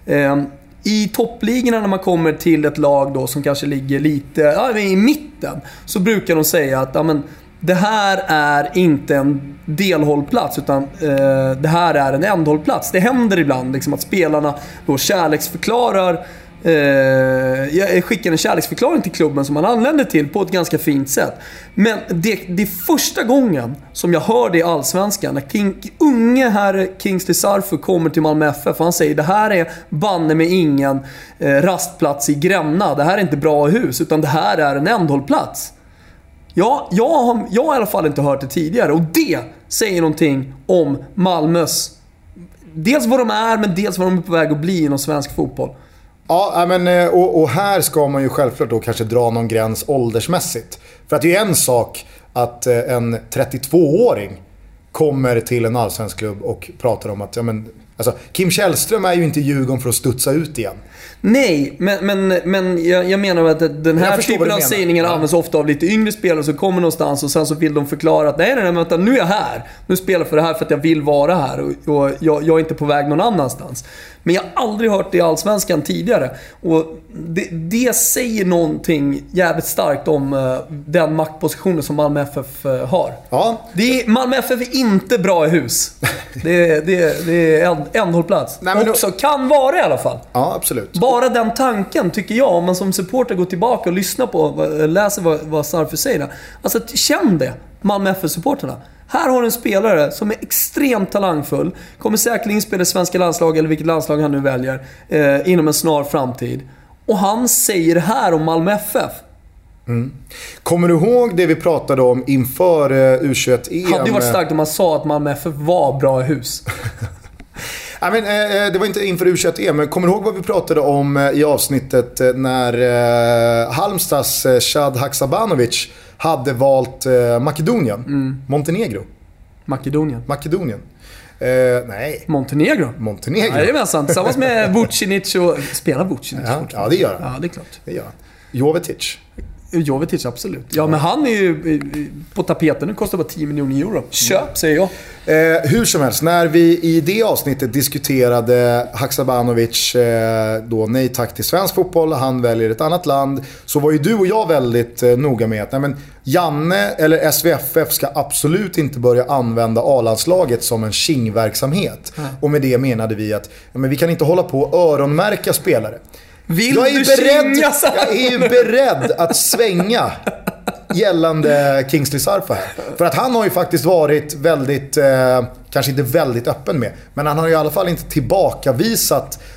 I toppligorna när man kommer till ett lag då som kanske ligger lite ja, i mitten, så brukar de säga att ja, men, det här är inte en delhållplats utan eh, det här är en ändhållplats. Det händer ibland liksom, att spelarna då kärleksförklarar eh, jag skickar en kärleksförklaring till klubben som man anländer till på ett ganska fint sätt. Men det, det är första gången som jag hör det i allsvenskan när King, unge här Kingsley Sarfo kommer till Malmö F F och han säger det här är banne med ingen eh, rastplats i Gränna. Det här är inte bra hus utan det här är en ändhållplats. Ja, jag har, jag har i alla fall inte hört det tidigare. Och det säger någonting om Malmös, dels vad de är, men dels vad de är på väg att bli inom svensk fotboll. Ja, men, och, och här ska man ju självklart då kanske dra någon gräns åldersmässigt. För att det är en sak att en trettiotvååring kommer till en allsvensk klubb och pratar om att ja, men, alltså, Kim Källström är ju inte i Djurgården för att studsa ut igen. Nej, men, men, men jag, jag menar att den här typen av sägningar ja. används ofta av lite yngre spelare som kommer någonstans och sen så vill de förklara att nej, nej, nej, vänta, nu är jag här. Nu spelar jag för det här för att jag vill vara här och, och jag, jag är inte på väg någon annanstans. Men jag har aldrig hört det i allsvenskan tidigare. Och det, det säger någonting jävligt starkt om uh, den maktpositionen som Malmö F F uh, har. Ja. Det är, Malmö F F är inte bra i hus. Det, det, det är en, en hållplats. Nej, men också då... kan vara i alla fall. Ja, absolut. Bara den tanken tycker jag, om man som supporter går tillbaka och lyssnar på, läser vad, vad Sarfo säger. Alltså känn det, Malmö F F-supporterna. Här har du en spelare som är extremt talangfull. Kommer säkerligen spela i svenska landslag eller vilket landslag han nu väljer eh, inom en snar framtid. Och han säger det här om Malmö F F. Mm. Kommer du ihåg det vi pratade om inför uh, U tjugoett-E M? Det hade ju varit starkt om man sa att Malmö F F var bra i hus. I men, eh, det var inte inför U tjugoett-E M, men kommer du ihåg vad vi pratade om eh, i avsnittet eh, när eh, Halmstads eh, Shad Haksabanovic hade valt eh, Makedonien? Mm. Montenegro. Makedonien. Makedonien. Eh, nej. Montenegro. Montenegro. Ja, det är väl sant. Tillsammans med Vucinic och... Spelar Vucinic? Ja, ja, det gör han. Ja, det är klart. Det gör han. Jovetic. Jovetic, absolut. Ja, men han är ju på tapeten. Nu kostar bara tio miljoner euro. Köp, säger jag. Eh, hur som helst, när vi i det avsnittet diskuterade Haksabanovic eh, då nej tack till svensk fotboll, han väljer ett annat land, så var ju du och jag väldigt eh, noga med att nej, men Janne eller S V F F ska absolut inte börja använda A-landslaget som en kingverksamhet. Mm. Och med det menade vi att ja, men vi kan inte hålla på och öronmärka spelare. Vill jag, är du beredd, jag är ju beredd att svänga gällande Kingsley Sarfo här. För att han har ju faktiskt varit väldigt, eh, kanske inte väldigt öppen med, men han har ju i alla fall inte tillbakavisat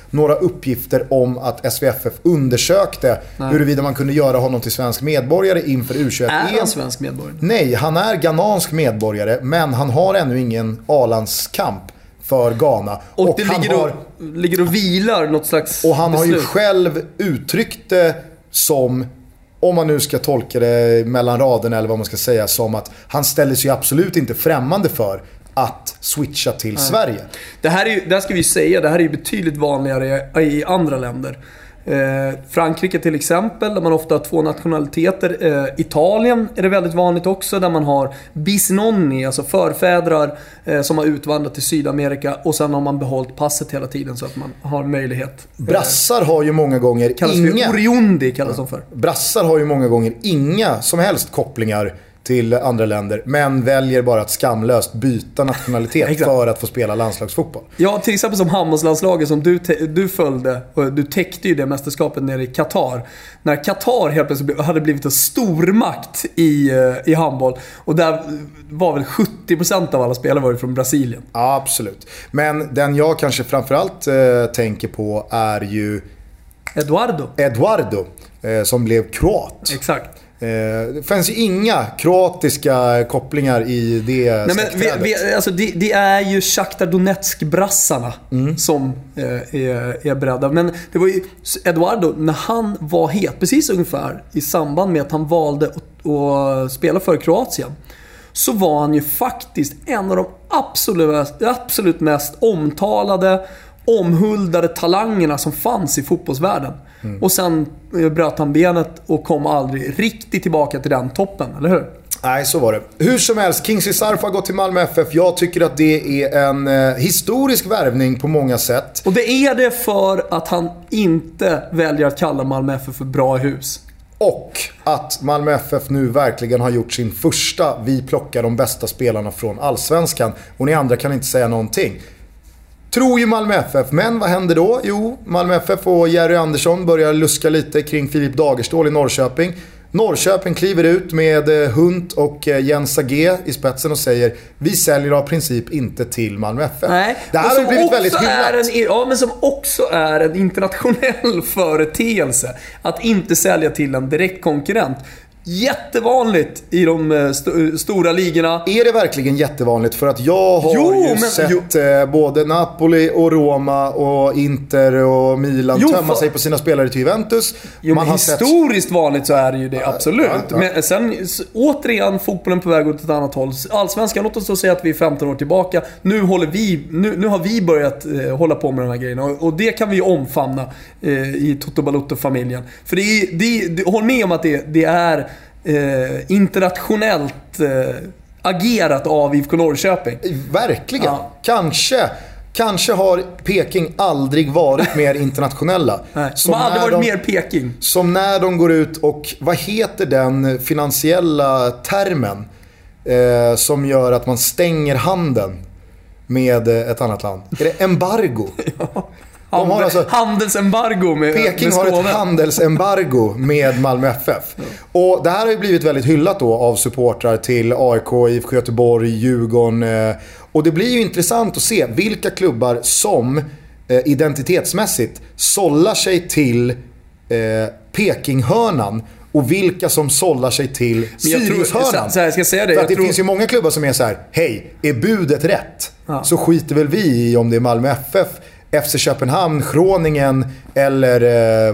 några uppgifter om att S V F F undersökte Nej. huruvida man kunde göra honom till svensk medborgare inför U tjugoett E M. Är han svensk medborgare? Nej, han är ghanansk medborgare, men han har ännu ingen A-landskamp för Ghana. Och, och det han ligger, har, och, ligger och vilar något slags Och han beslut. har ju själv uttryckt det som, om man nu ska tolka det mellan raderna eller vad man ska säga, som att han ställer sig absolut inte främmande för att switcha till Nej. Sverige. Det här, är ju, det här ska vi säga, det här är ju betydligt vanligare i andra länder. Eh, Frankrike till exempel, där man ofta har två nationaliteter. Eh, Italien är det väldigt vanligt också, där man har bisnonni, alltså förfädrar eh, som har utvandrat till Sydamerika, och sen har man behållit passet hela tiden så att man har möjlighet. Eh, Brassar har ju många gånger kallas inga... för oriondi kallas de för. Brassar har ju många gånger inga som helst kopplingar till andra länder, men väljer bara att skamlöst byta nationalitet för att få spela landslagsfotboll. Ja, till exempel som handbollslandslaget som du, te- du följde, och du täckte ju det mästerskapet nere i Qatar. När Qatar helt plötsligt hade blivit en stormakt i, i handboll, och där var väl sjuttio procent av alla spelare var från Brasilien. Ja, absolut. Men den jag kanske framförallt eh, tänker på är ju Eduardo. Eduardo, eh, som blev kroat. Exakt. Det fanns ju inga kroatiska kopplingar i det. Nej, men vi, vi, alltså det, det är ju Shakhtar Donetsk-brassarna mm. som eh, är, är beredda. Men det var ju Eduardo, när han var het, precis ungefär i samband med att han valde att, att spela för Kroatien, så var han ju faktiskt en av de absolut, absolut mest omtalade, omhuldade talangerna som fanns i fotbollsvärlden. Mm. Och sen bröt han benet och kom aldrig riktigt tillbaka till den toppen, eller hur? Nej, så var det. Hur som helst, Kingsley Sarf har gått till Malmö F F. Jag tycker att det är en eh, historisk värvning på många sätt. Och det är det för att han inte väljer att kalla Malmö F F för bra hus. Och att Malmö F F nu verkligen har gjort sin första vi plockar de bästa spelarna från Allsvenskan. Och ni andra kan inte säga någonting. Tror ju Malmö F F, men vad händer då? Jo, Malmö F F och Jerry Andersson börjar luska lite kring Filip Dagerstål i Norrköping. Norrköping kliver ut med Hunt och Jens Agé i spetsen och säger: vi säljer av princip inte till Malmö F F. Nej. Det här har blivit väldigt hyllat. Ja, men som också är en internationell företeelse att inte sälja till en direkt konkurrent. Jättevanligt i de st- stora ligorna. Är det verkligen jättevanligt? För att jag har jo, ju men, sett jo. både Napoli och Roma och Inter och Milan jo, tömma för... sig på sina spelare till Juventus. Jo, Man men har historiskt sett... vanligt så är det ju det, absolut. Ja, ja. Men sen återigen fotbollen på väg åt ett annat håll. Allsvenskan, låt oss då säga att vi är femton år tillbaka. Nu, håller vi, nu, nu har vi börjat eh, hålla på med de här grejerna. Och, och det kan vi ju omfamna eh, i Toto Balotto-familjen. För det är, det, det, håll med om att det, det är Eh, internationellt eh, agerat av I F K Norrköping. Verkligen. Ja. Kanske Kanske har Peking aldrig varit mer internationella. Nej, som har aldrig varit de, mer Peking. Som när de går ut och, vad heter den finansiella termen eh, som gör att man stänger handeln med ett annat land? Är det embargo? Ja. De har alltså, handelsembargo med Peking med har ett handelsembargo med Malmö F F. Ja. Och det här har ju blivit väldigt hyllat då av supportrar till A I K, I F K Göteborg, Djurgården. Och det blir ju intressant att se vilka klubbar som identitetsmässigt sållar sig till eh, Pekinghörnan och vilka som sållar sig till Siriushörnan. Så här, ska jag säga det. För jag att det tror... finns ju många klubbar som är så här: hej, är budet rätt? Ja. Så skiter väl vi i om det är Malmö F F, F C Köpenhamn, Groningen eller eh,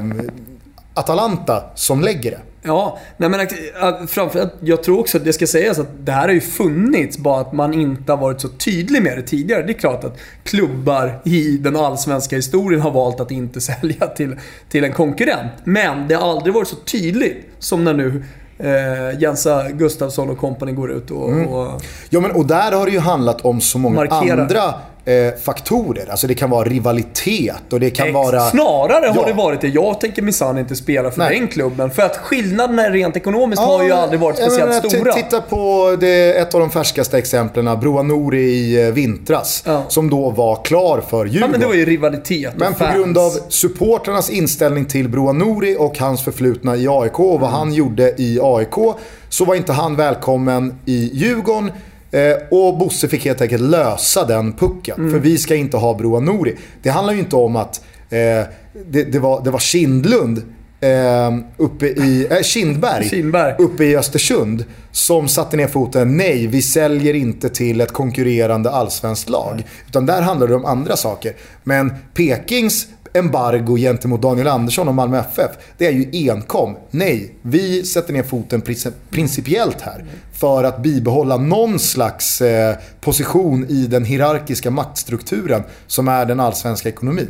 Atalanta som lägger det. Ja, nej men framförallt, jag tror också att det ska sägas att det här har ju funnits, bara att man inte har varit så tydlig med det tidigare. Det är klart att klubbar i den allsvenska historien har valt att inte sälja till, till en konkurrent. Men det har aldrig varit så tydligt som när nu eh, Jensa Gustafsson och company går ut och, mm. och... Ja, men och där har det ju handlat om så många markera. andra Eh, faktorer. Alltså det kan vara rivalitet och det kan Ex- vara... Snarare har ja. det varit det. Jag tänker minsann inte spela för Nej. den klubben. För att skillnaderna rent ekonomiskt ja, har ju aldrig varit speciellt menar, stora. T- titta på det, ett av de färskaste exemplen, Broa Nouri i vintras. Ja. Som då var klar för Djurgården. Ja, men det var ju rivalitet. Men fans. på grund av supporternas inställning till Broa Nouri och hans förflutna i A I K och vad mm. han gjorde i A I K, så var inte han välkommen i Djurgården. Och Bosse fick helt enkelt lösa den pucken. Mm. För vi ska inte ha Broa Nouri. Det handlar ju inte om att Eh, det, det, var, det var Kindlund eh, uppe i eh, Kindberg, Kindberg uppe i Östersund som satte ner foten. Nej, vi säljer inte till ett konkurrerande allsvenskt lag. Utan där handlar det om andra saker. Men Pekings embargo gentemot Daniel Andersson och Malmö F F, det är ju enkom. Nej, vi sätter ner foten principiellt här för att bibehålla någon slags eh, position i den hierarkiska maktstrukturen som är den allsvenska ekonomin.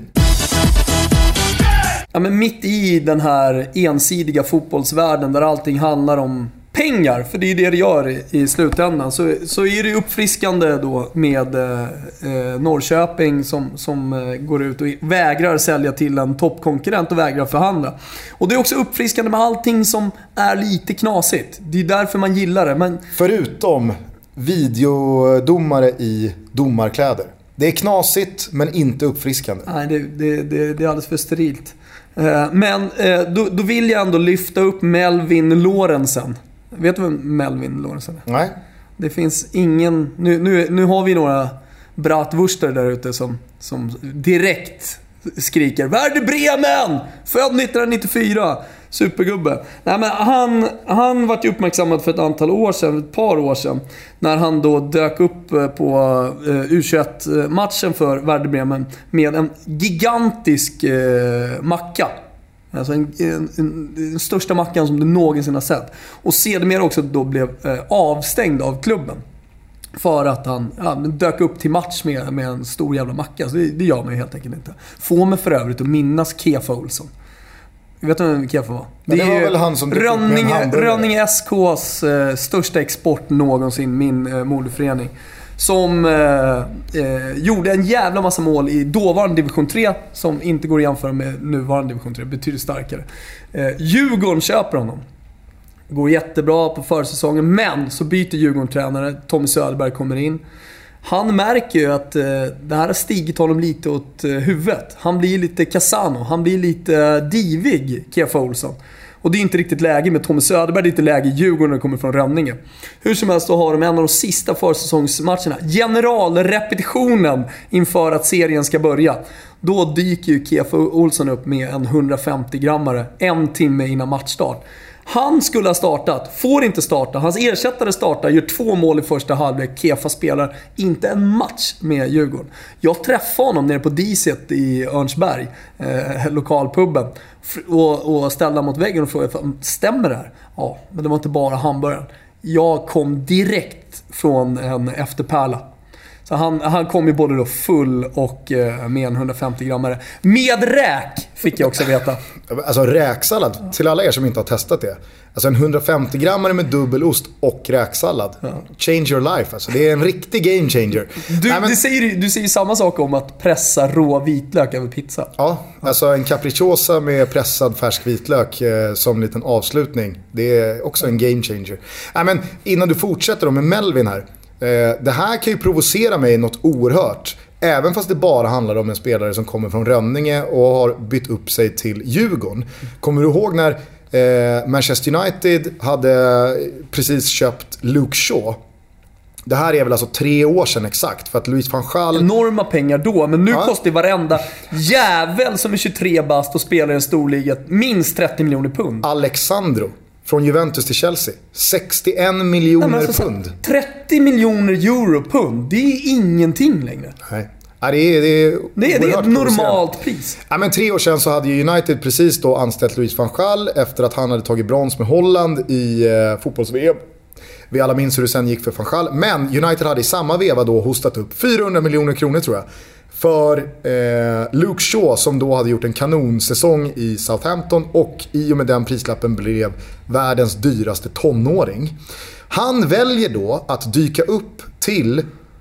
Ja, men mitt i den här ensidiga fotbollsvärlden där allting handlar om pengar, för det är det det gör i, i slutändan, så, så är det uppfriskande då med eh, Norrköping som, som eh, går ut och vägrar sälja till en toppkonkurrent och vägrar förhandla. Och det är också uppfriskande med allting som är lite knasigt. Det är därför man gillar det. Men... Förutom videodomare i domarkläder. Det är knasigt men inte uppfriskande. Nej, det, det, det, det är alldeles för sterilt. Eh, men eh, då, då vill jag ändå lyfta upp Melvin Lorentzen. Vet du vem Melvin Lorentzen är? Nej. Det finns ingen... Nu, nu, nu har vi några bratwurster där ute som, som direkt skriker Werder Bremen! Född nittonhundranittiofyra! Supergubbe. Nej, men han, han var uppmärksammad för ett antal år sedan, ett par år sedan, när han då dök upp på eh, U tjugoett-matchen för Werder Bremen med en gigantisk eh, macka. Alltså en, en, en, den största mackan som du någonsin har sett. Och sedermera också då blev eh, avstängd av klubben. För att han ja, dök upp till match med, med en stor jävla macka. Så det, det gör man helt enkelt inte. Får mig för övrigt att minnas Kefa Olsson. Vet du vem Kefa var? Det, det var väl han som Rönninge, Rönninge S K:s eh, största export någonsin, min eh, moderförening. Som eh, eh, gjorde en jävla massa mål i dåvarande division tre som inte går att jämföra med nuvarande division tre, betydligt starkare. Eh, Djurgården köper honom. Går jättebra på försäsongen, men så byter Djurgården-tränare. Tommy Söderberg kommer in. Han märker ju att eh, det här har stigit honom lite åt eh, huvudet. Han blir lite Casano, han blir lite eh, divig, Kefa Olsson. Och det är inte riktigt läge med Tommy Söderberg, det är inte läge i Djurgården när det kommer från Rönninge. Hur som helst så har de en av de sista försäsongsmatcherna, generalrepetitionen inför att serien ska börja. Då dyker ju Kefa Olsson upp med en hundrafemtio-grammare en timme innan matchstart. Han skulle ha startat, får inte starta. Hans ersättare startar, gör två mål i första halvlek. Kefa spelar inte en match med Djurgården. Jag träffade honom nere på Diset i Örnsberg, eh, lokalpubben, och, och ställde mot väggen och frågade, stämmer det här? Ja, men det var inte bara hamburgaren. Jag kom direkt från en efterpärla. Så han, han kom ju både då full och eh, med en hundrafemtio-grammare. Med räk, fick jag också veta. Alltså räksallad, till alla er som inte har testat det. Alltså en hundrafemtio-grammare med dubbelost och räksallad. Ja. Change your life, alltså. Det är en riktig game changer. Du, Nej, men... du, säger, du säger samma sak om att pressa rå vitlök över pizza. Ja, alltså en capricciosa med pressad färsk vitlök eh, som liten avslutning. Det är också en game changer. Nej, men innan du fortsätter då med Melvin här. Det här kan ju provocera mig något oerhört. Även fast det bara handlar om en spelare som kommer från Rönninge och har bytt upp sig till Djurgården. Kommer du ihåg när eh, Manchester United hade precis köpt Luke Shaw? Det här är väl alltså tre år sedan exakt. För att Louis van Gaal... Enorma pengar då, men nu ja. Kostar varenda jävel som är tjugotre bast och spelar i en storliga minst trettio miljoner pund. Alexandro från Juventus till Chelsea. sextioen miljoner Nej, alltså, pund. trettio miljoner euro pund. Det är ingenting längre. Nej. Ja, det är, det är, det är, det är ett normalt pris. Ja, men tre år sedan så hade ju United precis då anställt Louis van Gaal efter att han hade tagit brons med Holland i eh, fotbolls-V M. Vi alla minns hur det sen gick för van Gaal. Men United hade i samma veva då hostat upp fyrahundra miljoner kronor tror jag. För eh, Luke Shaw som då hade gjort en kanonsäsong i Southampton och i och med den prislappen blev världens dyraste tonåring. Han väljer då att dyka upp till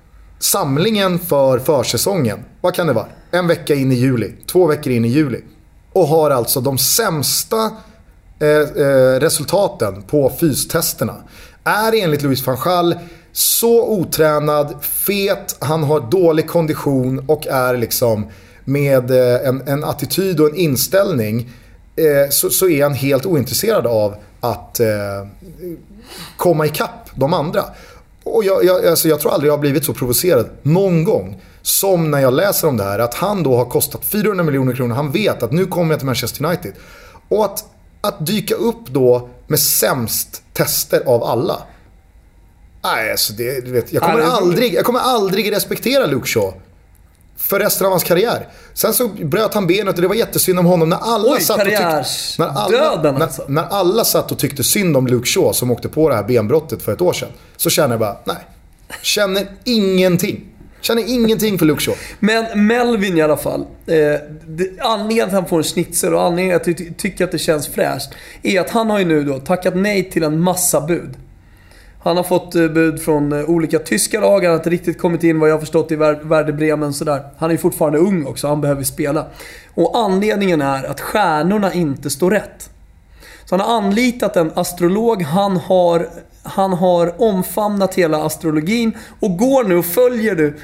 samlingen för försäsongen. Vad kan det vara? En vecka in i juli, två veckor in i juli. Och har alltså de sämsta eh, eh, resultaten på fystesterna. Är enligt Louis van Gaal så otränad, fet, han har dålig kondition och är liksom med en, en attityd och en inställning eh, så, så är han helt ointresserad av att eh, komma ikapp de andra. Och jag, jag, alltså jag tror aldrig jag har blivit så provocerad någon gång som när jag läser om det här. Att han då har kostat fyrahundra miljoner kronor. Han vet att nu kommer jag till Manchester United. Och att, att dyka upp då med sämst tester av alla. Nej, alltså det, du vet, jag, kommer aldrig, jag kommer aldrig respektera Luke Shaw för resten av hans karriär. Sen så bröt han benet och det var jättesynd om honom när alla Oj, satt och tyckte, när alla, döden, alltså. när, när alla satt och tyckte synd om Luke Shaw som åkte på det här benbrottet för ett år sedan, så känner jag bara, nej. Känner ingenting. Känner ingenting för Luke Shaw. Men Melvin i alla fall, eh, det, anledningen att han får en schnitzel och anledningen att jag ty- tycker att det känns fräscht är att han har ju nu då tackat nej till en massa bud. Han har fått bud från olika tyska lag. Han har inte riktigt kommit in vad jag har förstått i Werder Bremen. Sådär. Han är ju fortfarande ung också. Han behöver spela. Och anledningen är att stjärnorna inte står rätt. Så han har anlitat en astrolog. Han har, han har omfamnat hela astrologin. Och går nu och följer du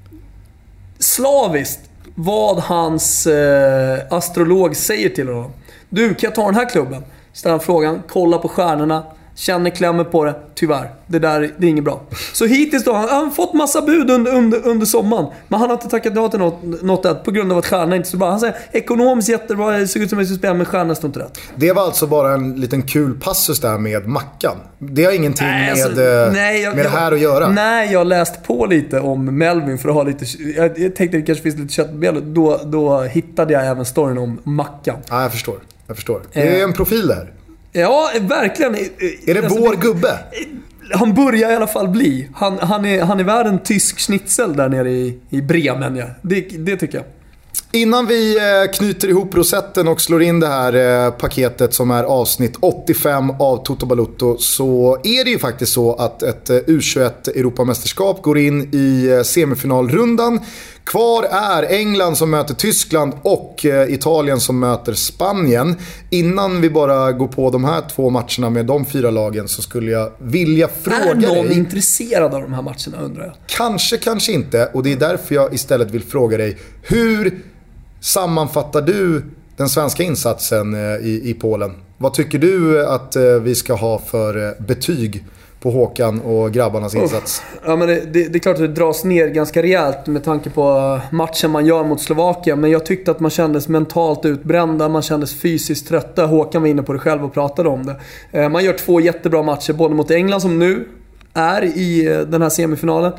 slaviskt vad hans eh, astrolog säger till honom. Du, kan jag ta den här klubben? Ställa frågan, kolla på stjärnorna. Känner klämmer på det, tyvärr. Det där det är inget bra. Så hittills då har han fått massa bud under, under, under sommaren. Men han har inte tackat ja till något, något där, på grund av att stjärnorna inte står bra. Han säger ekonomiskt jättebra, det ser ut som att vi ska spela, men stjärnorna står inte rätt. Det var alltså bara en liten kul passus där med Mackan. Det har ingenting nej, alltså, med, nej, jag, med det här att göra. Nej, jag har läst på lite om Melvin för att ha lite... Jag, jag tänkte att det kanske finns lite köttbel. Då, då hittade jag även storyn om Mackan. Ja, jag förstår. Jag förstår. Det är en profil där. Ja, verkligen. Är det alltså, vår gubbe? Han börjar i alla fall bli. Han, han, är, han är värd en tysk schnitzel där nere i, i Bremen. Ja. Det, det tycker jag. Innan vi knyter ihop rosetten och slår in det här paketet som är avsnitt åttiofem av Toto Balutto, så är det ju faktiskt så att ett U tjugoett Europamästerskap går in i semifinalrundan. Kvar är England som möter Tyskland och Italien som möter Spanien. Innan vi bara går på de här två matcherna med de fyra lagen så skulle jag vilja fråga dig... Är någon dig, intresserad av de här matcherna, undrar jag? Kanske, kanske inte. Och det är därför jag istället vill fråga dig, hur sammanfattar du den svenska insatsen i, i Polen? Vad tycker du att vi ska ha för betyg på Håkan och grabbarnas insats? Ja, men det, det, det är klart att det dras ner ganska rejält med tanke på matchen man gör mot Slovakien. Men jag tyckte att man kändes mentalt utbrända, man kändes fysiskt trötta. Håkan var inne på det själv och pratade om det. Man gör två jättebra matcher, både mot England som nu är i den här semifinalen.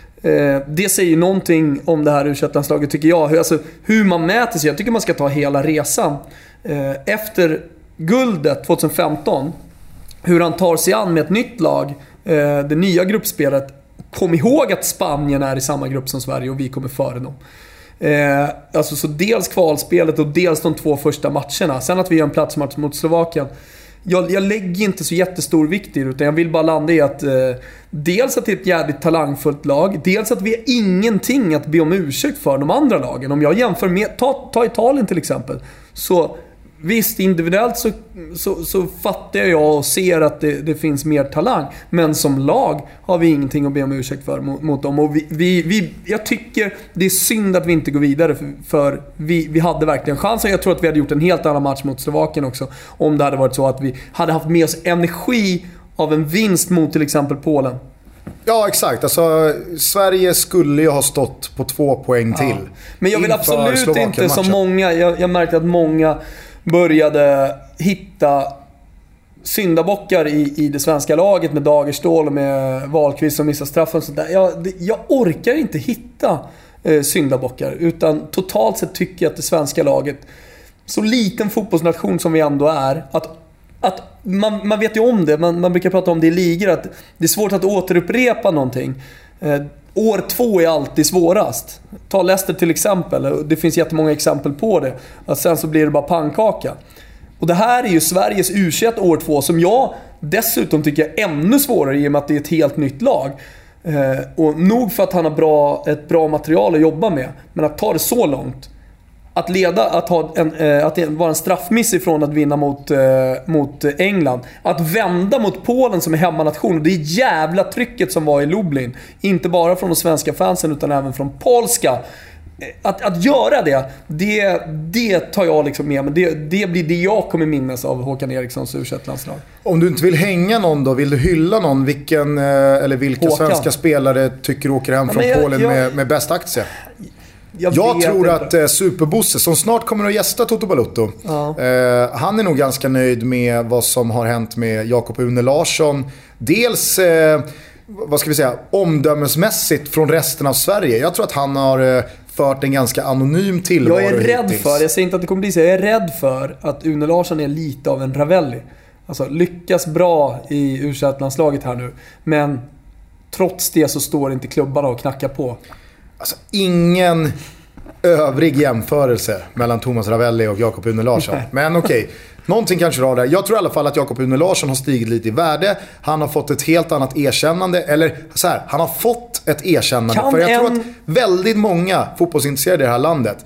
Det säger ju någonting om det här U tjugoett-landslaget, tycker jag. Alltså, hur man mäter sig. Jag tycker man ska ta hela resan. Efter guldet tjugohundrafemton, hur han tar sig an med ett nytt lag, det nya gruppspelet. Kom ihåg att Spanien är i samma grupp som Sverige och vi kommer före dem. Alltså, så dels kvalspelet och dels de två första matcherna. Sen att vi gör en platsmatch mot Slovakien. Jag, jag lägger inte så jättestor vikt i det, utan jag vill bara landa i att eh, dels att det är ett jävligt talangfullt lag, dels att vi har ingenting att be om ursäkt för de andra lagen. Om jag jämför med, ta, ta Italien till exempel, så visst, individuellt så, så, så fattar jag och ser att det, det finns mer talang, men som lag har vi ingenting att be om ursäkt för mot, mot dem. Och vi, vi, vi, jag tycker det är synd att vi inte går vidare, för, för vi, vi hade verkligen chansen. Jag tror att vi hade gjort en helt annan match mot Slovakien också, om det hade varit så att vi hade haft med oss energi av en vinst mot till exempel Polen. Ja, exakt. Alltså, Sverige skulle ju ha stått på två poäng till. Ja. Men jag vill absolut inte som många, jag, jag märkte att många började hitta syndabockar i, i det svenska laget med Dagerstål och med Wahlqvist som missar straffen och sådär. Jag, jag orkar inte hitta eh, syndabockar, utan totalt sett tycker jag att det svenska laget, så liten fotbollsnation som vi ändå är, att, att man, man vet ju om det, man, man brukar prata om det i ligor, att det är svårt att återupprepa någonting. Eh, År två är alltid svårast. Ta Leicester till exempel. Det finns jättemånga exempel på det. Att sen så blir det bara pannkaka. Och det här är ju Sveriges U tjugoett år två, som jag dessutom tycker är ännu svårare i och med att det är ett helt nytt lag. Eh, och nog för att han har bra, ett bra material att jobba med. Men att ta det så långt. Att leda, att, ha en, eh, att vara en straffmiss ifrån att vinna mot, eh, mot England. Att vända mot Polen som är hemmanation. Och det är jävla trycket som var i Lublin. Inte bara från de svenska fansen utan även från polska. Att, att göra det, det, det tar jag liksom med. Men det, det blir det jag kommer minnas av Håkan Erikssons U tjugoett-landslag. Om du inte vill hänga någon då, vill du hylla någon? Vilken, eller vilka Håkan. Svenska spelare tycker du åker hem Ja, från jag, Polen jag, med, med bäst aktie? Jag, jag tror inte. att eh, Superbosse, som snart kommer att gästa Toto Balotto, ja. eh, han är nog ganska nöjd med vad som har hänt med Jakob Une Larsson. Dels... Eh, vad ska vi säga, omdömesmässigt från resten av Sverige. Jag tror att han har eh, fört en ganska anonym tillvaro. Jag är rädd hittills. för, jag säger inte att det kommer bli så, jag är rädd för att Une Larsson är lite av en Ravelli. Alltså lyckas bra i U tjugoett-landslaget här nu, men trots det så står inte klubbarna och knackar på. Alltså ingen övrig jämförelse mellan Thomas Ravelli och Jakob Une Larsson. Men okej, okay. Någonting kanske rör där. Jag tror i alla fall att Jakob Une Larsson har stigit lite i värde. Han har fått ett helt annat erkännande. Eller så här, han har fått ett erkännande. Kan För jag en... tror att väldigt många fotbollsintresserade i det här landet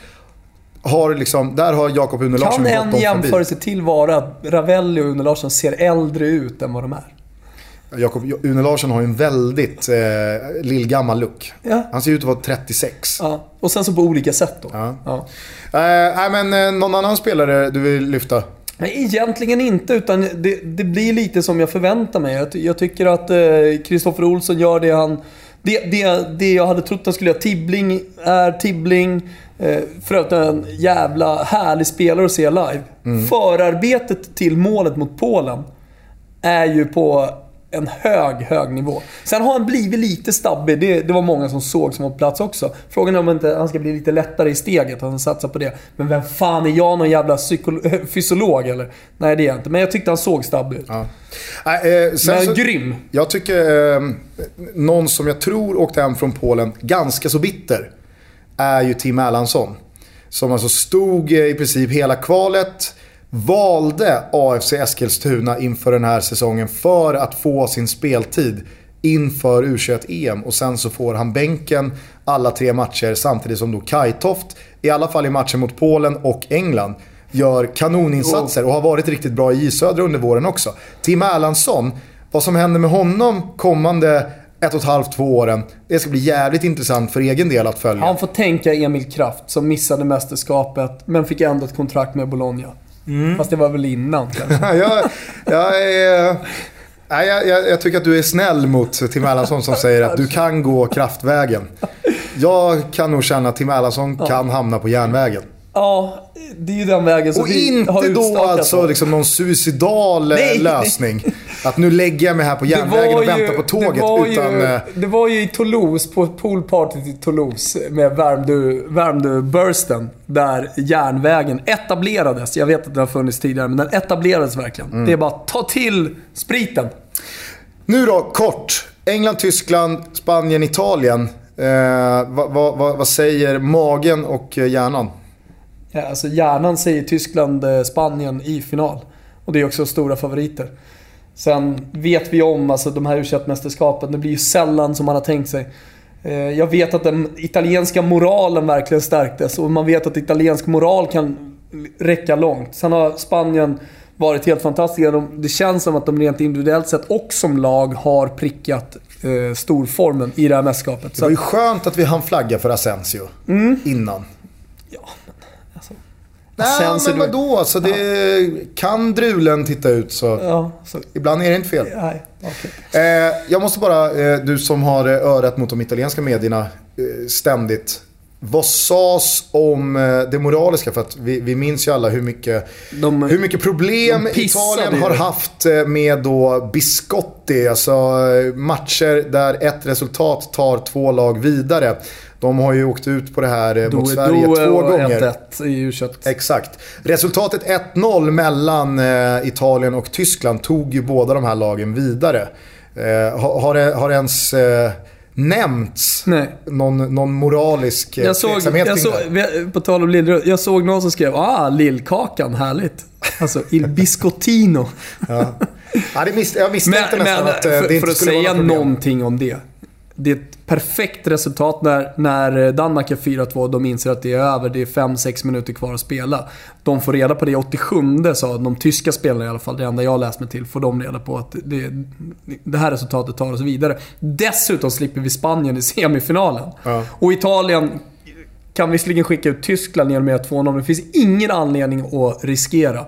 har liksom, där har Jakob Une Larsson gått dem förbi. Kan en jämförelse till vara att Ravelli och Une Larsson ser äldre ut än vad de är? Jakob Une Larsson har ju en väldigt eh, lillgammal look. Ja. Han ser ut att vara trettiosex. Ja. Och sen så på olika sätt då. Ja. Ja. Eh, nej, men eh, någon annan spelare du vill lyfta? Nej, egentligen inte, utan det, det blir lite som jag förväntar mig. Jag, jag tycker att Kristoffer eh, Olsson gör det han... Det, det, det jag hade trott han skulle göra. Tibbling är Tibbling. Eh, för att en jävla härlig spelare att se live. Mm. Förarbetet till målet mot Polen är ju på en hög, hög nivå. Sen har han blivit lite stabbig. Det, det var många som såg som var på plats också. Frågan är om inte han ska bli lite lättare i steget. Han satsar på det. Men vem fan är jag, någon jävla psykolo- fysiolog eller? Nej, det är jag inte. Men jag tyckte han såg stabbig ut. Ja. Äh, eh, sen Men så, grym. Jag tycker eh, någon som jag tror åkte hem från Polen ganska så bitter är ju Tim Erlandsson. Som alltså stod i princip hela kvalet, valde A F C Eskilstuna inför den här säsongen för att få sin speltid inför U tjugoett-E M, och sen så får han bänken alla tre matcher samtidigt som då Kajtoft, i alla fall i matchen mot Polen och England, gör kanoninsatser och har varit riktigt bra i Södra under våren också. Tim Erlandsson, vad som händer med honom kommande ett och ett halvt, två åren, det ska bli jävligt intressant för egen del att följa. Han får tänka Emil Kraft som missade mästerskapet men fick ändå ett kontrakt med Bologna. Mm. Fast det var väl innan kanske. jag, jag, är, jag, jag, jag tycker att du är snäll mot Tim Erlandsson som säger att du kan gå kraftvägen. Jag kan nog känna att Tim Erlandsson ja. kan hamna på järnvägen. Ja, det är ju den vägen som och vi inte har då alltså liksom någon suicidal nej, lösning. Nej. Att nu lägger jag mig här på järnvägen och väntar på tåget. Det var, utan, ju, det var ju i Toulouse, på poolpartyt i Toulouse med Värmdö-bursten, där järnvägen etablerades. Jag vet att den har funnits tidigare, men den etablerades verkligen. Mm. Det är bara ta till spriten. Nu då, kort. England, Tyskland, Spanien, Italien. Eh, vad, vad, vad säger magen och hjärnan? Ja, alltså hjärnan säger Tyskland, Spanien i final. Och det är också stora favoriter. Sen vet vi om alltså, de här U tjugoett-mästerskapen. Det blir ju sällan som man har tänkt sig. Eh, jag vet att den italienska moralen verkligen stärktes. Och man vet att italiensk moral kan räcka långt. Sen har Spanien varit helt fantastiska. De, det känns som att de rent individuellt sett och som lag har prickat eh, storformen i det här mästerskapet. Det var ju skönt att vi hann flagga för Asensio mm. innan. Ja, men alltså... Nej, men vadå? Alltså, det ja. kan drulen titta ut så, ja, så. Ibland är det inte fel. Nej, okay. eh, jag måste bara, eh, du som har örat mot de italienska medierna eh, ständigt. Vad sades om eh, det moraliska? För att vi, vi minns ju alla hur mycket, de, hur mycket problem Italien har haft med då Biscotti. Alltså matcher där ett resultat tar två lag vidare. De har ju åkt ut på det här mot Sverige då, två gånger. ett ett i U tjugoett. Exakt. Resultatet ett noll mellan eh, Italien och Tyskland tog ju båda de här lagen vidare. Eh, har, har, det, har det ens eh, nämnts någon, någon moralisk eh, jag såg, jag såg, på tal om Lill, jag såg någon som skrev ah, lillkakan, härligt. Alltså, il biscottino. Ja. Ja, det mis- jag misstänkte men, nästan men, att för, det inte för att skulle säga vara något någonting om det. Det är ett perfekt resultat när, när Danmark är fyra två och de inser att det är över. Det är fem sex minuter kvar att spela. De får reda på det åttiosju, sa de tyska spelarna i alla fall. Det enda jag läst mig till, får de reda på att det, det här resultatet tar oss vidare. Dessutom slipper vi Spanien i semifinalen. Ja. Och Italien kan visserligen skicka ut Tyskland genom med två noll, men det finns ingen anledning att riskera.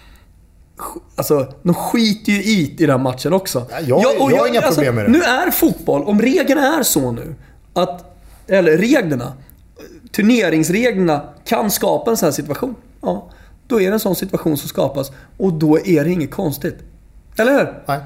Alltså, de skiter ju i i den matchen också. Ja, jag, jag, jag har inga alltså, problem med det. Nu är fotboll, om reglerna är så nu, att, eller reglerna, turneringsreglerna kan skapa en sån här situation. Ja, då är det en sån situation som skapas, och då är det inget konstigt. Eller hur? Nej.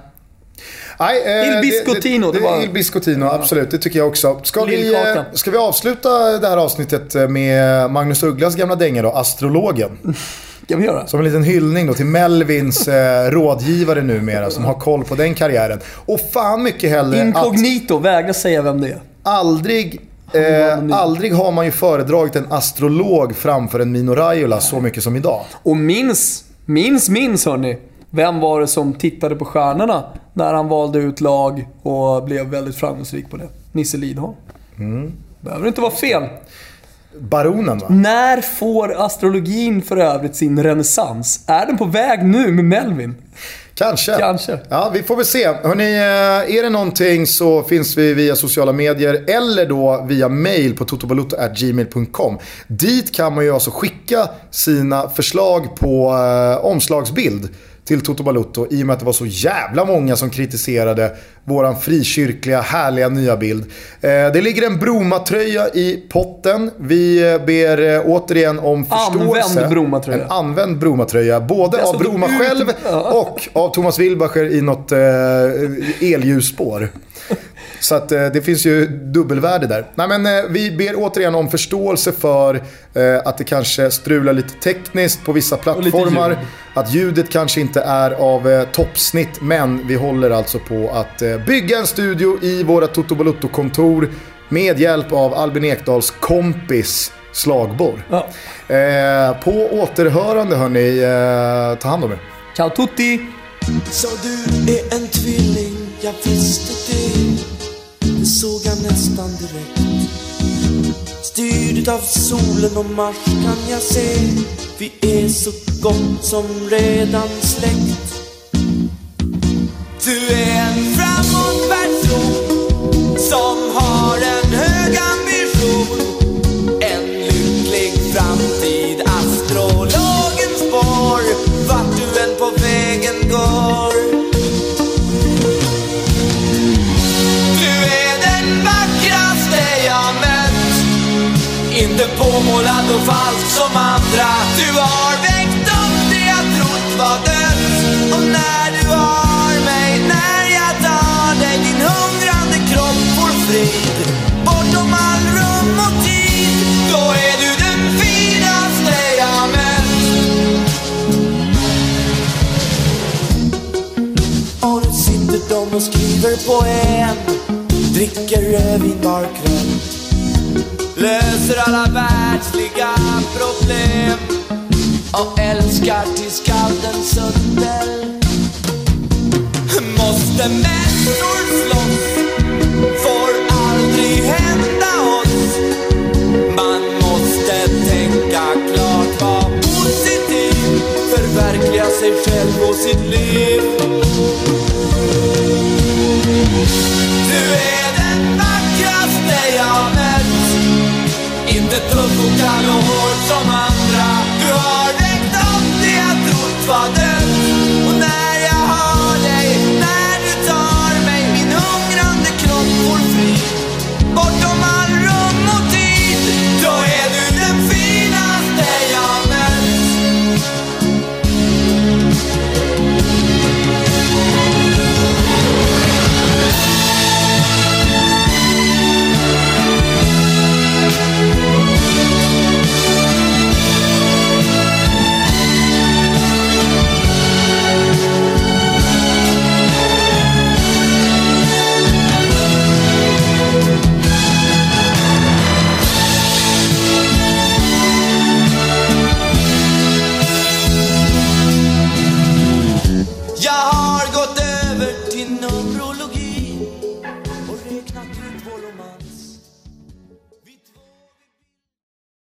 Nej, eh, Il Biscottino. Det, det, det, det var... Il Biscottino, absolut. Det tycker jag också. Ska vi, eh, ska vi avsluta det här avsnittet med Magnus Ugglas gamla dänga då, astrologen? Kan vi göra? Som en liten hyllning då till Melvins eh, rådgivare numera, som har koll på den karriären. Och fan mycket hellre Incognito, att vägra säga vem det är. Aldrig... Eh, aldrig har man ju föredragit en astrolog framför en Mino Raiola så mycket som idag. Och minns, minns, minns hörni. Vem var det som tittade på stjärnorna när han valde ut lag och blev väldigt framgångsrik på det? Nisse Lidholm. Mm. Behöver inte vara fel. Baronen, va? När får astrologin för övrigt sin renässans? Är den på väg nu med Melvin? Kanske. Kanske. Ja, vi får väl se. Hörrni, är det någonting så finns vi via sociala medier eller då via mail på totobalotto at gmail dot com. Dit kan man ju alltså skicka sina förslag på eh, omslagsbild till Toto Balotto, i och med att det var så jävla många som kritiserade våran frikyrkliga, härliga nya bild. Eh, det ligger en Broma-tröja i potten. Vi ber eh, återigen om förståelse. Använd Broma-tröja. En använd Broma-tröja. Både av Broma ut... själv och av Thomas Wilbacher i något eh, elljusspår. Så att eh, det finns ju dubbelvärde där. Nej, men eh, vi ber återigen om förståelse för eh, att det kanske strular lite tekniskt på vissa plattformar. Ljud. Att ljudet kanske inte är av eh, toppsnitt. Men vi håller alltså på att eh, bygga en studio i våra Toto Balotto-kontor med hjälp av Albin Ekdals kompis slagborr. Ja. Eh, på återhörande, hörni, eh, ta hand om er. Ciao tutti! Så du är en tvilling, jag visste det. Det såg jag nästan direkt. Styrd av solen och Mars kan jag se. Vi är så gott som redan släkt. Du är en framåt person som har en hög ambition. En lycklig framtid, astrologens spår. Vart du än på vägen går. Inte påmålad och falsk som andra. Du har väckt upp det jag trott var dött. Och när du har mig, när jag tar dig, din hungrande kropp får frid. Bortom all rum och tid, då är du den finaste jag mött. Och nu sitter de och skriver poem, dricker rödvin barkrönt, löser alla världsliga problem och älskar till skaldens under. Måste människor slåss, får aldrig hända oss. Man måste tänka klart, vara positiv, förverkliga sig själv och sitt liv.